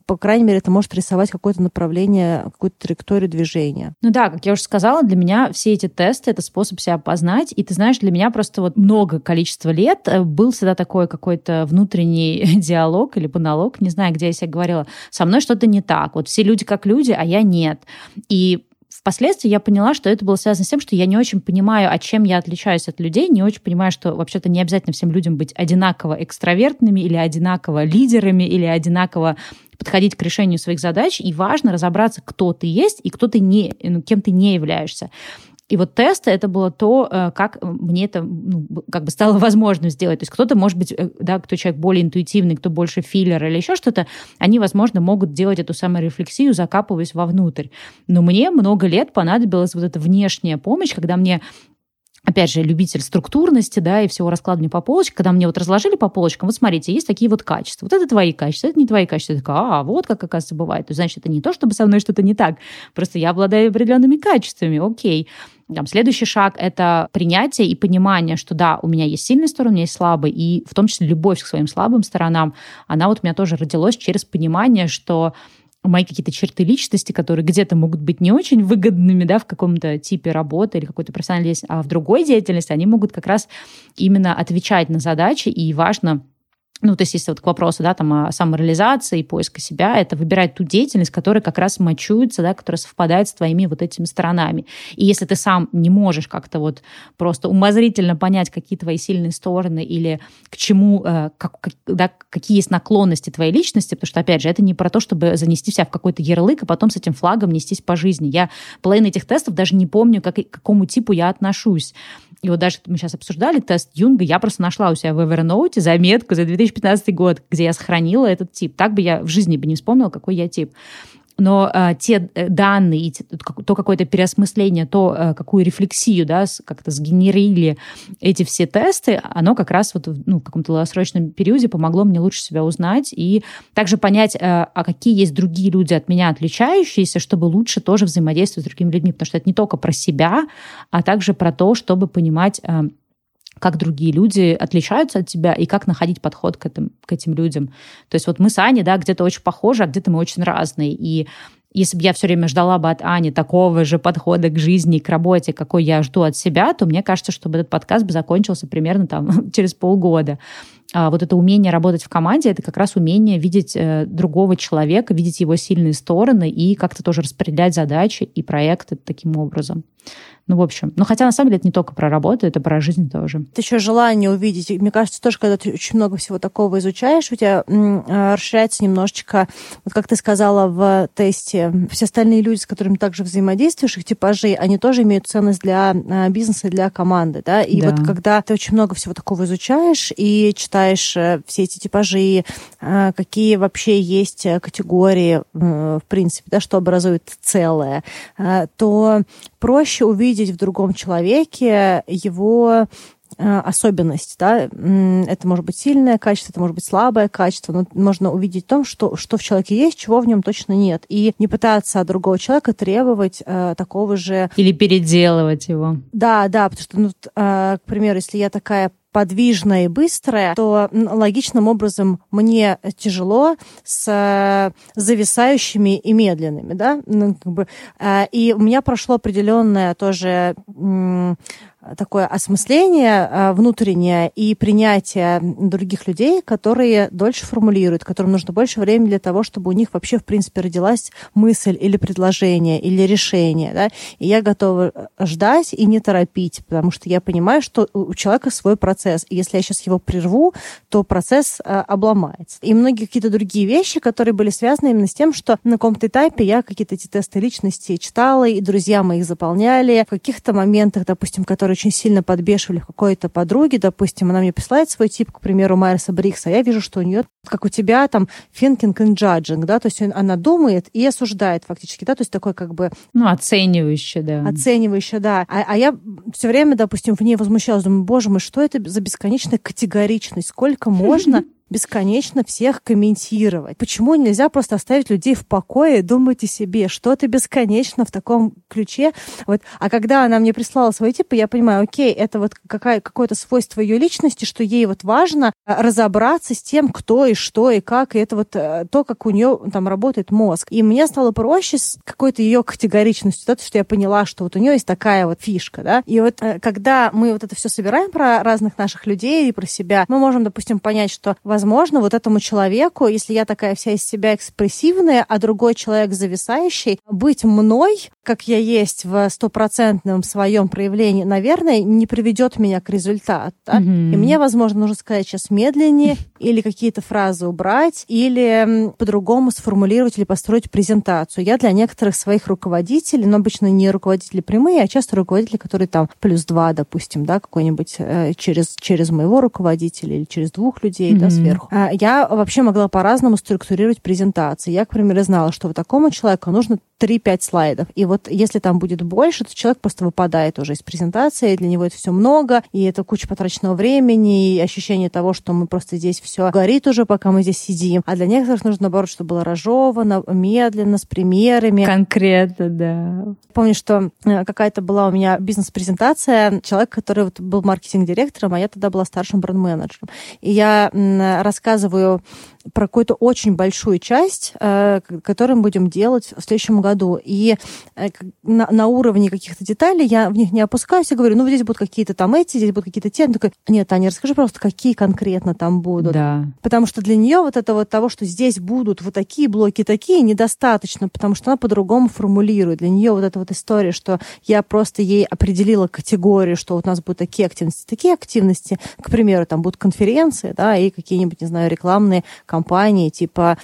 по крайней мере, это может рисовать какое-то направление, какую-то траекторию движения. Ну да, как я уже сказала, для меня все эти тесты — это способ себя познать. И ты знаешь, для меня просто вот много количества лет был всегда такой какой-то внутренний диалог или монолог, не знаю, где я себе говорила, со мной что-то не так. Вот все люди как люди, а я нет. И впоследствии я поняла, что это было связано с тем, что я не очень понимаю, чем я отличаюсь от людей, не очень понимаю, что вообще-то не обязательно всем людям быть одинаково экстравертными или одинаково лидерами или одинаково подходить к решению своих задач, и важно разобраться, кто ты есть и кто ты кем ты не являешься. И вот тесты — это было то, как мне это как бы стало возможным сделать. То есть кто-то, может быть, да, кто человек более интуитивный, кто больше филлер или еще что-то, они, возможно, могут делать эту саморефлексию, закапываясь вовнутрь. Но мне много лет понадобилась вот эта внешняя помощь, когда мне, опять же, любитель структурности, да, и всего раскладывания по полочкам, когда мне вот разложили по полочкам, вот смотрите, есть такие вот качества. Вот это твои качества, это не твои качества. Я такая, вот как, оказывается, бывает. То есть, значит, это не то, чтобы со мной что-то не так, просто я обладаю определенными качествами, окей. Там, следующий шаг — это принятие и понимание, что да, у меня есть сильные стороны, у меня есть слабые, и в том числе любовь к своим слабым сторонам, она вот у меня тоже родилась через понимание, что мои какие-то черты личности, которые где-то могут быть не очень выгодными, да, в каком-то типе работы или какой-то профессиональной деятельности, а в другой деятельности они могут как раз именно отвечать на задачи, и важно, то есть если вот к вопросу, да, там, о самореализации, поиска себя, это выбирать ту деятельность, которая как раз мачуется, да, которая совпадает с твоими вот этими сторонами. И если ты сам не можешь как-то вот просто умозрительно понять, какие твои сильные стороны или к чему, какие есть наклонности твоей личности, потому что, опять же, это не про то, чтобы занести себя в какой-то ярлык, а потом с этим флагом нестись по жизни. Я половину этих тестов даже не помню, к какому типу я отношусь. И вот даже мы сейчас обсуждали тест Юнга, я просто нашла у себя в Evernote заметку за 2015 год, где я сохранила этот тип. Так бы я в жизни бы не вспомнила, какой я тип. Но те данные, то какое-то переосмысление, то какую рефлексию, да, как-то сгенерили эти все тесты, оно как раз вот в каком-то долгосрочном периоде помогло мне лучше себя узнать и также понять, а какие есть другие люди от меня отличающиеся, чтобы лучше тоже взаимодействовать с другими людьми, потому что это не только про себя, а также про то, чтобы понимать, как другие люди отличаются от тебя и как находить подход к этим людям. То есть вот мы с Аней, да, где-то очень похожи, а где-то мы очень разные. И если бы я все время ждала бы от Ани такого же подхода к жизни и к работе, какой я жду от себя, то мне кажется, чтобы этот подкаст бы закончился примерно там через полгода. А вот это умение работать в команде, это как раз умение видеть другого человека, видеть его сильные стороны и как-то тоже распределять задачи и проекты таким образом. В общем, хотя на самом деле это не только про работу, это про жизнь тоже. Это еще желание увидеть. Мне кажется, тоже, когда ты очень много всего такого изучаешь, у тебя расширяется немножечко, вот как ты сказала в тесте, все остальные люди, с которыми ты также взаимодействуешь, их типажи, они тоже имеют ценность для бизнеса и для команды, да? И вот когда ты очень много всего такого изучаешь и читаешь все эти типажи, какие вообще есть категории, в принципе, да, что образует целое, то проще увидеть в другом человеке его особенность, да, это может быть сильное качество, это может быть слабое качество, но можно увидеть в том, что в человеке есть, чего в нем точно нет, и не пытаться от другого человека требовать такого же... Или переделывать его. Да, потому что, к примеру, если я такая подвижная и быстрая, то логичным образом мне тяжело с зависающими и медленными, да, и у меня прошло определенное тоже такое осмысление внутреннее и принятие других людей, которые дольше формулируют, которым нужно больше времени для того, чтобы у них вообще, в принципе, родилась мысль или предложение, или решение, да, и я готова ждать и не торопить, потому что я понимаю, что у человека свой процесс, и если я сейчас его прерву, то процесс обломается. И многие какие-то другие вещи, которые были связаны именно с тем, что на каком-то этапе я какие-то эти тесты личности читала, и друзья мои их заполняли. В каких-то моментах, допустим, которые очень сильно подбешивали какой-то подруги, допустим, она мне присылает свой тип, к примеру, Майерса Брикса, я вижу, что у нее, как у тебя, там, thinking and judging, да, то есть она думает и осуждает фактически, да, то есть такой как бы... Оценивающе, да. Оценивающе, да. А я все время, допустим, в ней возмущалась, думаю, боже мой, что это за бесконечная категоричность, сколько можно бесконечно всех комментировать? Почему нельзя просто оставить людей в покое и думать о себе? Что-то бесконечно в таком ключе. Вот. А когда она мне прислала свои типы, я понимаю, окей, это вот какое-то свойство ее личности, что ей вот важно разобраться с тем, кто и что и как, и это вот то, как у нее там работает мозг. И мне стало проще с какой-то ее категоричностью, да, что я поняла, что вот у нее есть такая вот фишка, да. И вот когда мы вот это все собираем про разных наших людей и про себя, мы можем, допустим, понять, что, возможно, вот этому человеку, если я такая вся из себя экспрессивная, а другой человек зависающий, быть мной, как я есть в 100% своем проявлении, наверное, не приведет меня к результату. Да? И мне, возможно, нужно сказать сейчас медленнее, или какие-то фразы убрать, или по-другому сформулировать или построить презентацию. Я для некоторых своих руководителей, но обычно не руководители прямые, а часто руководители, которые там +2, допустим, да, какой-нибудь через моего руководителя или через 2 людей, да, сверху. Я вообще могла по-разному структурировать презентации. Я, к примеру, знала, что вот такому человеку нужно 3-5 слайдов. И вот если там будет больше, то человек просто выпадает уже из презентации, для него это все много, и это куча потраченного времени, и ощущение того, что мы просто здесь все горит уже, пока мы здесь сидим. А для некоторых нужно, наоборот, чтобы было разжевано, медленно, с примерами. Конкретно, да. Помню, что какая-то была у меня бизнес-презентация, человек, который вот был маркетинг-директором, а я тогда была старшим бренд-менеджером. И я рассказываю про какую-то очень большую часть, которую мы будем делать в следующем году. И на уровне каких-то деталей я в них не опускаюсь и говорю, ну, здесь будут какие-то там здесь будут какие-то те. Она такая, нет, Таня, расскажи, пожалуйста, какие конкретно там будут. Да. Потому что для нее вот это вот того, что здесь будут вот такие блоки, такие, недостаточно, потому что она по-другому формулирует. Для нее вот эта вот история, что я просто ей определила категорию, что вот у нас будут такие активности. К примеру, там будут конференции, да, и какие-нибудь, не знаю, рекламные компании, типа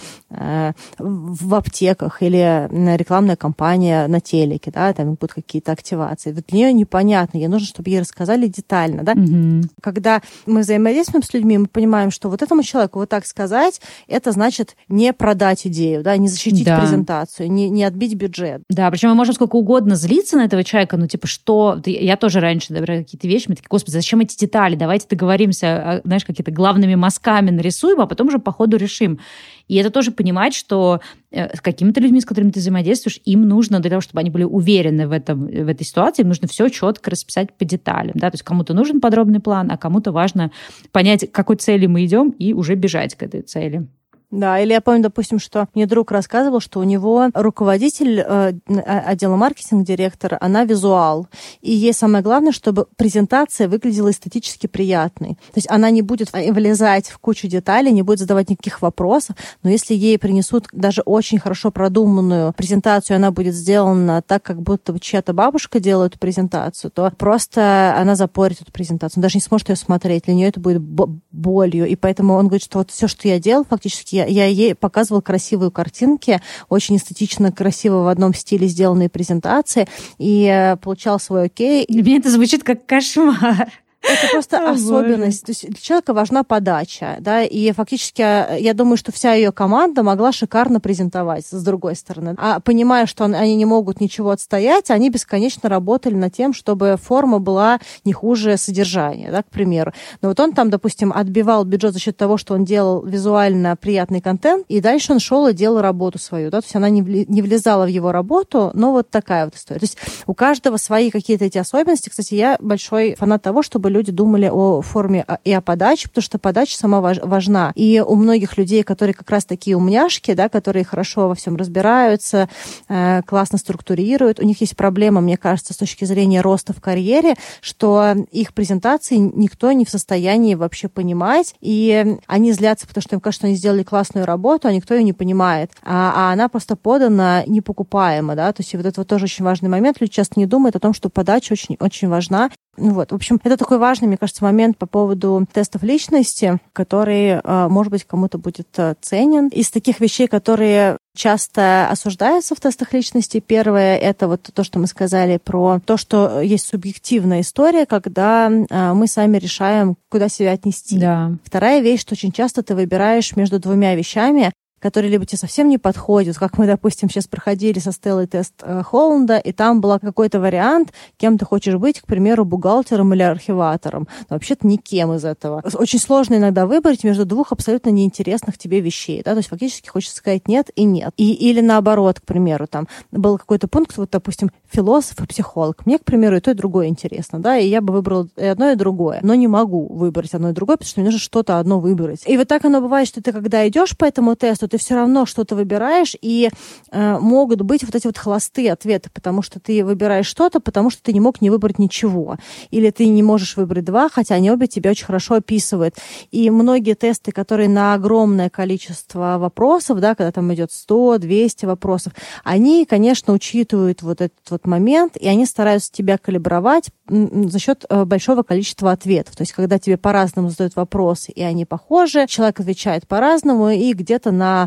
в аптеках или рекламная кампания на телеке, да, там будут какие-то активации. Вот для нее непонятно, ей нужно, чтобы ей рассказали детально, да. Когда мы взаимодействуем с людьми, мы понимаем, что вот этому человеку вот так сказать, это значит не продать идею, да, не защитить презентацию, не отбить бюджет. Да, причем мы можем сколько угодно злиться на этого человека, ну, типа, что... Я тоже раньше добавляла какие-то вещи, мы такие, господи, зачем эти детали? Давайте договоримся, знаешь, какие-то главными мазками нарисуем, а потом уже по ходу решим. И это тоже понимать, что с какими-то людьми, с которыми ты взаимодействуешь, им нужно, для того, чтобы они были уверены в этой ситуации, им нужно все четко расписать по деталям. Да? То есть кому-то нужен подробный план, а кому-то важно понять, к какой цели мы идем, и уже бежать к этой цели. Да, или я помню, допустим, что мне друг рассказывал, что у него руководитель отдела маркетинг, директор, она визуал. И ей самое главное, чтобы презентация выглядела эстетически приятной. То есть она не будет влезать в кучу деталей, не будет задавать никаких вопросов, но если ей принесут даже очень хорошо продуманную презентацию, она будет сделана так, как будто чья-то бабушка делает эту презентацию, то просто она запорит эту презентацию. Она даже не сможет ее смотреть. Для нее это будет болью. И поэтому он говорит, что вот все, что я делал, фактически я ей показывала красивые картинки, очень эстетично, красиво в одном стиле сделанные презентации, и получал свой окей. Для меня это звучит как кошмар. Это просто особенность. То есть для человека важна подача, да, и фактически я думаю, что вся ее команда могла шикарно презентовать, с другой стороны. А понимая, что они не могут ничего отстоять, они бесконечно работали над тем, чтобы форма была не хуже содержания, да, к примеру. Но вот он там, допустим, отбивал бюджет за счет того, что он делал визуально приятный контент, и дальше он шел и делал работу свою, да, то есть она не влезала в его работу, но вот такая вот история. То есть у каждого свои какие-то эти особенности. Кстати, я большой фанат того, чтобы люди думали о форме и о подаче, потому что подача сама важна. И у многих людей, которые как раз такие умняшки, да, которые хорошо во всем разбираются, классно структурируют, у них есть проблема, мне кажется, с точки зрения роста в карьере, что их презентации никто не в состоянии вообще понимать, и они злятся, потому что им кажется, что они сделали классную работу, а никто ее не понимает. А она просто подана непокупаема, да, то есть вот это вот тоже очень важный момент. Люди часто не думают о том, что подача очень важна. Вот, в общем, это такой важный, мне кажется, момент по поводу тестов личности, который, может быть, кому-то будет ценен. Из таких вещей, которые часто осуждаются в тестах личности, первое — это вот то, что мы сказали про то, что есть субъективная история, когда мы сами решаем, куда себя отнести. Да. Вторая вещь, что очень часто ты выбираешь между двумя вещами, которые либо тебе совсем не подходят, как мы, допустим, сейчас проходили со Стеллой тест Холланда, и там был какой-то вариант, кем ты хочешь быть, к примеру, бухгалтером или архиватором. Но вообще-то никем из этого. Очень сложно иногда выбрать между двух абсолютно неинтересных тебе вещей. Да? То есть фактически хочется сказать нет и нет. Или наоборот, к примеру, там был какой-то пункт, вот, допустим, философ и психолог. Мне, к примеру, и то, и другое интересно, да, и я бы выбрала и одно, и другое. Но не могу выбрать одно и другое, потому что мне нужно что-то одно выбрать. И вот так оно бывает, что ты, когда идешь по этому тесту, ты все равно что-то выбираешь, и могут быть вот эти вот холостые ответы, потому что ты выбираешь что-то, потому что ты не мог не выбрать ничего. Или ты не можешь выбрать два, хотя они обе тебя очень хорошо описывают. И многие тесты, которые на огромное количество вопросов, да, когда там идет 100, 200 вопросов, они, конечно, учитывают вот этот вот момент, и они стараются тебя калибровать за счет большого количества ответов. То есть, когда тебе по-разному задают вопросы, и они похожи, человек отвечает по-разному, и где-то на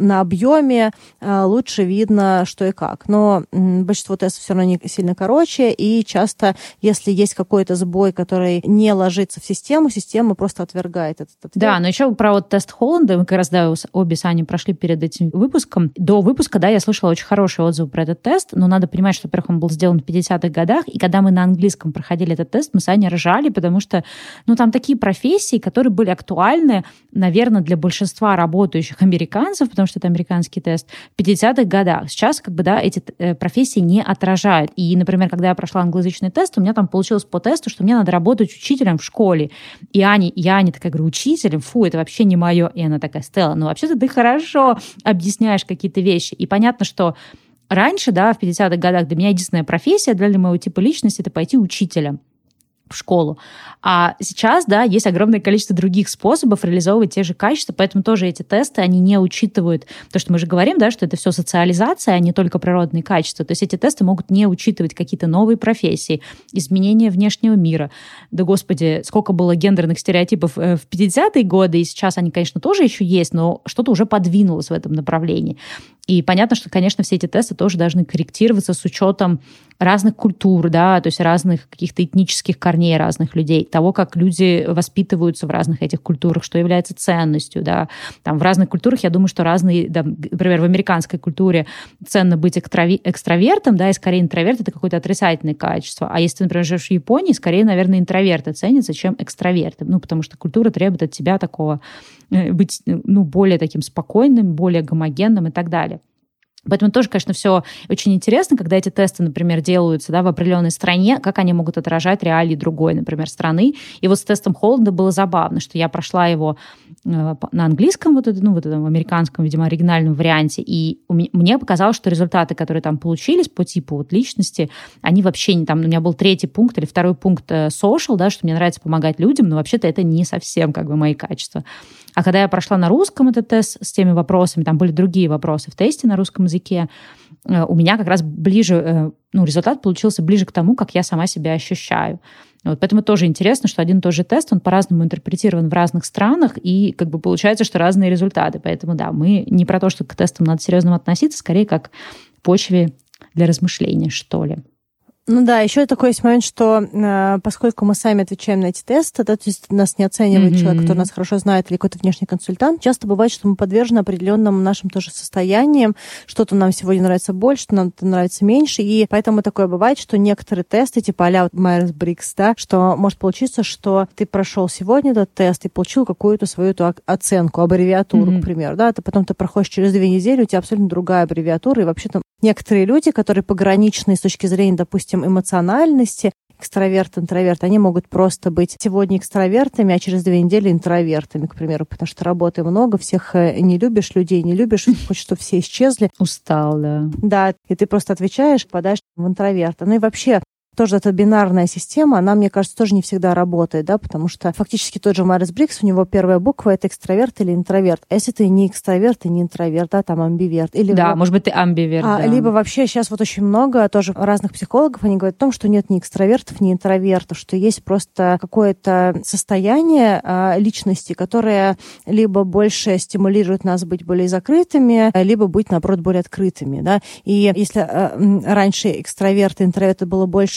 объеме лучше видно, что и как. Но большинство тестов все равно не сильно короче, и часто, если есть какой-то сбой, который не ложится в систему, система просто отвергает этот ответ. Да, но еще про вот тест Холланда, мы как раз, да, обе с Аней прошли перед этим выпуском. До выпуска, да, я слышала очень хорошие отзывы про этот тест, но надо понимать, что, во-первых, он был сделан в 50-х годах, и когда мы на английском проходили этот тест, мы с Аней ржали, потому что, ну, там такие профессии, которые были актуальны, наверное, для большинства работающих американцев, потому что это американский тест, в 50-х годах. Сейчас, как бы, да, эти профессии не отражают. И, например, когда я прошла англоязычный тест, у меня там получилось по тесту, что мне надо работать учителем в школе. И я Аня такая, говорю, учителем? Фу, это вообще не мое. И она такая, Стелла, ну, вообще-то ты хорошо объясняешь какие-то вещи. И понятно, что раньше, да, в 50-х годах для меня единственная профессия для моего типа личности — это пойти учителем в школу. А сейчас, да, есть огромное количество других способов реализовывать те же качества, поэтому тоже эти тесты, они не учитывают то, что мы же говорим, да, что это все социализация, а не только природные качества. То есть эти тесты могут не учитывать какие-то новые профессии, изменения внешнего мира. Да, господи, сколько было гендерных стереотипов в 50-е годы, и сейчас они, конечно, тоже еще есть, но что-то уже подвинулось в этом направлении. И понятно, что, конечно, все эти тесты тоже должны корректироваться с учетом разных культур, да, то есть разных каких-то этнических корней разных людей, того, как люди воспитываются в разных этих культурах, что является ценностью, да. Там в разных культурах, я думаю, что разные, да, например, в американской культуре ценно быть экстравертом, да, и скорее интроверт — это какое-то отрицательное качество. А если ты, например, живешь в Японии, скорее, наверное, интроверты ценятся, чем экстраверты. Ну, потому что культура требует от тебя такого быть, ну, более таким спокойным, более гомогенным и так далее. Поэтому тоже, конечно, все очень интересно, когда эти тесты, например, делаются, да, в определенной стране, как они могут отражать реалии другой, например, страны. И вот с тестом Холланда было забавно, что я прошла его на английском, вот этом американском, видимо, оригинальном варианте, и мне показалось, что результаты, которые там получились по типу вот личности, они вообще не там, у меня был 3-й пункт или 2-й пункт social, да, что мне нравится помогать людям, но вообще-то это не совсем как бы мои качества. А когда я прошла на русском этот тест с теми вопросами, там были другие вопросы в тесте на русском языке, у меня как раз ближе, результат получился ближе к тому, как я сама себя ощущаю. Вот, поэтому тоже интересно, что один и тот же тест, он по-разному интерпретирован в разных странах, и как бы получается, что разные результаты. Поэтому да, мы не про то, что к тестам надо серьезно относиться, скорее как к почве для размышления, что ли. Ну да, еще такой есть момент, что поскольку мы сами отвечаем на эти тесты, да, то есть нас не оценивает человек, который нас хорошо знает, или какой-то внешний консультант, часто бывает, что мы подвержены определенным нашим тоже состояниям, что-то нам сегодня нравится больше, что нам нравится меньше, и поэтому такое бывает, что некоторые тесты, типа а-ля вот Майерс-Бриггс, да, что может получиться, что ты прошел сегодня этот тест и получил какую-то свою оценку, аббревиатуру, к примеру, да, потом ты проходишь через 2 недели, у тебя абсолютно другая аббревиатура, и вообще-то некоторые люди, которые пограничные с точки зрения, допустим, эмоциональности, экстраверт, интроверт, они могут просто быть сегодня экстравертами, а через 2 недели интровертами, к примеру, потому что работы много, всех не любишь, людей не любишь, хочешь, чтобы все исчезли. Устал, да. Да, и ты просто отвечаешь, попадаешь в интроверта. Ну и вообще, тоже эта бинарная система, она, мне кажется, тоже не всегда работает, да, потому что фактически тот же Майерс-Бриггс, у него первая буква — это экстраверт или интроверт. А если ты не экстраверт и не интроверт, да, там амбиверт. Или да, может быть, ты амбиверт, да. Либо вообще сейчас вот очень много тоже разных психологов, они говорят о том, что нет ни экстравертов, ни интровертов, что есть просто какое-то состояние личности, которое либо больше стимулирует нас быть более закрытыми, либо быть, наоборот, более открытыми, да. И если раньше экстраверты и интроверты было больше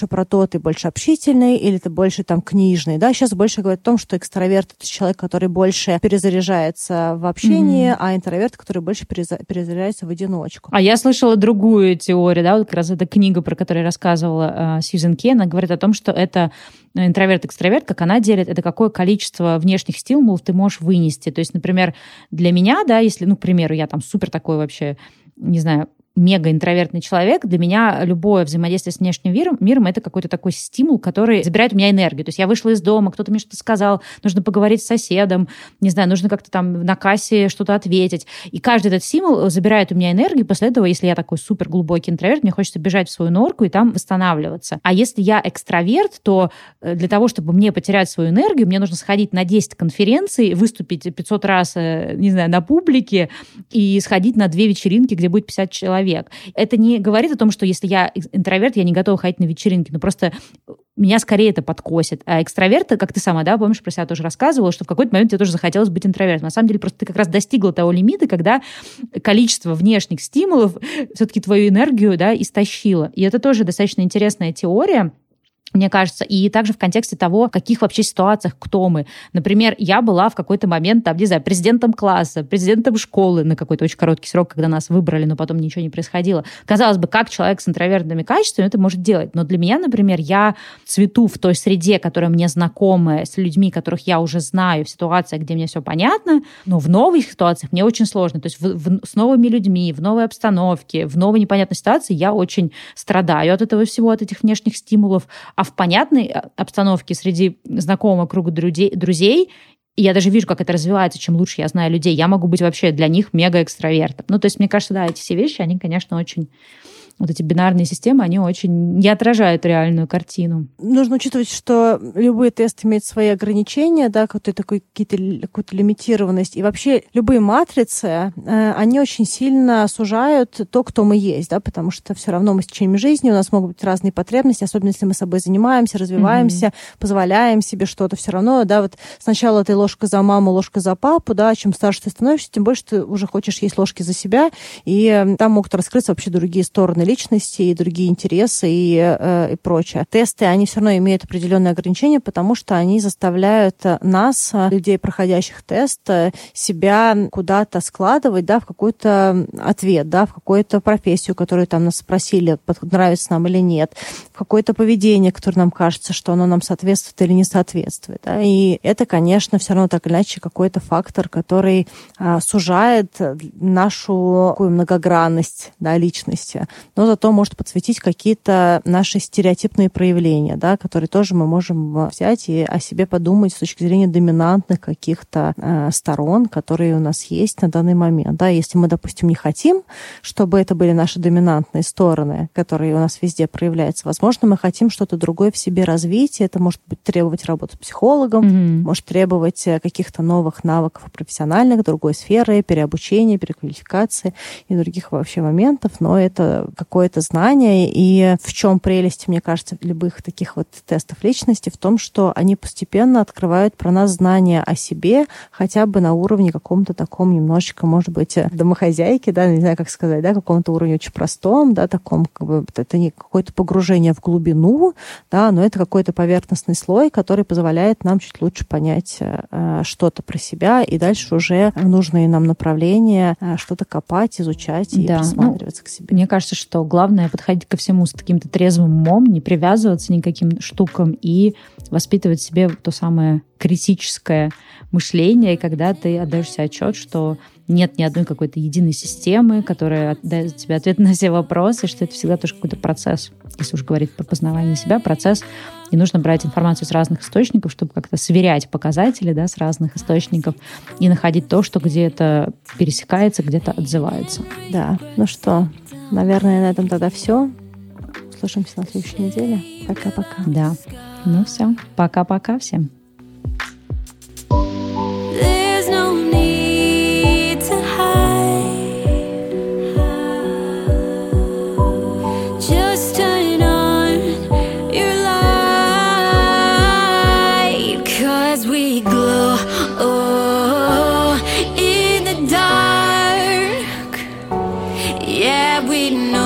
про то, ты больше общительный или ты больше там книжный, да, сейчас больше говорят о том, что экстраверт — это человек, который больше перезаряжается в общении, а интроверт, который больше перезаряжается в одиночку. А я слышала другую теорию, да, вот как раз эта книга, про которую я рассказывала, Сьюзен Кей, она говорит о том, что это интроверт-экстраверт, как она делит, это какое количество внешних стимулов ты можешь вынести. То есть, например, для меня, да, если, к примеру, я там супер такой вообще, не знаю, мега-интровертный человек, для меня любое взаимодействие с внешним миром это какой-то такой стимул, который забирает у меня энергию. То есть я вышла из дома, кто-то мне что-то сказал, нужно поговорить с соседом, не знаю, нужно как-то там на кассе что-то ответить. И каждый этот стимул забирает у меня энергию. После этого, если я такой супер глубокий интроверт, мне хочется бежать в свою норку и там восстанавливаться. А если я экстраверт, то для того, чтобы мне потерять свою энергию, мне нужно сходить на 10 конференций, выступить 500 раз, не знаю, на публике и сходить на 2 вечеринки, где будет 50 человек. Это не говорит о том, что если я интроверт, я не готова ходить на вечеринки, но просто меня скорее это подкосит. А экстраверты, как ты сама, да, помнишь, про себя тоже рассказывала, что в какой-то момент тебе тоже захотелось быть интровертом. На самом деле просто ты как раз достигла того лимита, когда количество внешних стимулов все-таки твою энергию, да, истощило. И это тоже достаточно интересная теория, мне кажется, и также в контексте того, в каких вообще ситуациях кто мы. Например, я была в какой-то момент, там, не знаю, президентом класса, президентом школы на какой-то очень короткий срок, когда нас выбрали, но потом ничего не происходило. Казалось бы, как человек с интровертными качествами это может делать? Но для меня, например, я цвету в той среде, которая мне знакома, с людьми, которых я уже знаю, в ситуациях, где мне все понятно, но в новых ситуациях мне очень сложно. То есть с новыми людьми, в новой обстановке, в новой непонятной ситуации я очень страдаю от этого всего, от этих внешних стимулов. А в понятной обстановке среди знакомого круга друзей, и я даже вижу, как это развивается, чем лучше я знаю людей, я могу быть вообще для них мега-экстравертом. То есть, мне кажется, да, эти все вещи, они, конечно, очень... Вот эти бинарные системы, они очень не отражают реальную картину. Нужно учитывать, что любой тест имеет свои ограничения, да, какую-то лимитированность. И вообще любые матрицы, они очень сильно сужают то, кто мы есть, да, потому что все равно мы с течением жизни, у нас могут быть разные потребности, особенно если мы собой занимаемся, развиваемся, позволяем себе что-то. Все равно, да, вот сначала ты ложка за маму, ложка за папу, да, чем старше ты становишься, тем больше ты уже хочешь есть ложки за себя, и там могут раскрыться вообще другие стороны личности и другие интересы и прочее. Тесты, они все равно имеют определенные ограничения, потому что они заставляют нас, людей, проходящих тест, себя куда-то складывать, да, в какой-то ответ, да, в какую-то профессию, которую там нас спросили, нравится нам или нет, в какое-то поведение, которое нам кажется, что оно нам соответствует или не соответствует. Да. И это, конечно, все равно так или иначе какой-то фактор, который сужает нашу такую многогранность, да, личности, но зато может подсветить какие-то наши стереотипные проявления, да, которые тоже мы можем взять и о себе подумать с точки зрения доминантных каких-то сторон, которые у нас есть на данный момент. Да. Если мы, допустим, не хотим, чтобы это были наши доминантные стороны, которые у нас везде проявляются, возможно, мы хотим что-то другое в себе развить, и это может быть требовать работы с психологом, может требовать каких-то новых навыков профессиональных, другой сферы, переобучения, переквалификации и других вообще моментов, но это какое-то знание, и в чем прелесть, мне кажется, любых таких вот тестов личности, в том, что они постепенно открывают про нас знания о себе, хотя бы на уровне каком-то таком немножечко, может быть, домохозяйки, да, не знаю, как сказать, да, каком-то уровне очень простом, да, таком, как бы, это не какое-то погружение в глубину, да, но это какой-то поверхностный слой, который позволяет нам чуть лучше понять что-то про себя, и дальше уже в нужные нам направления что-то копать, изучать и присматриваться к себе. Мне кажется, что главное подходить ко всему с каким-то трезвым умом, не привязываться ни к каким штукам и воспитывать в себе то самое критическое мышление, когда ты отдаешь себе отчет, что нет ни одной какой-то единой системы, которая дает тебе ответ на все вопросы, что это всегда тоже какой-то процесс. Если уж говорить про познавание себя, процесс, и нужно брать информацию с разных источников, чтобы как-то сверять показатели, да, с разных источников и находить то, что где-то пересекается, где-то отзывается. Да, ну что, наверное, на этом тогда все. Услышимся на следующей неделе. Пока-пока. Да, ну все, пока-пока всем. We know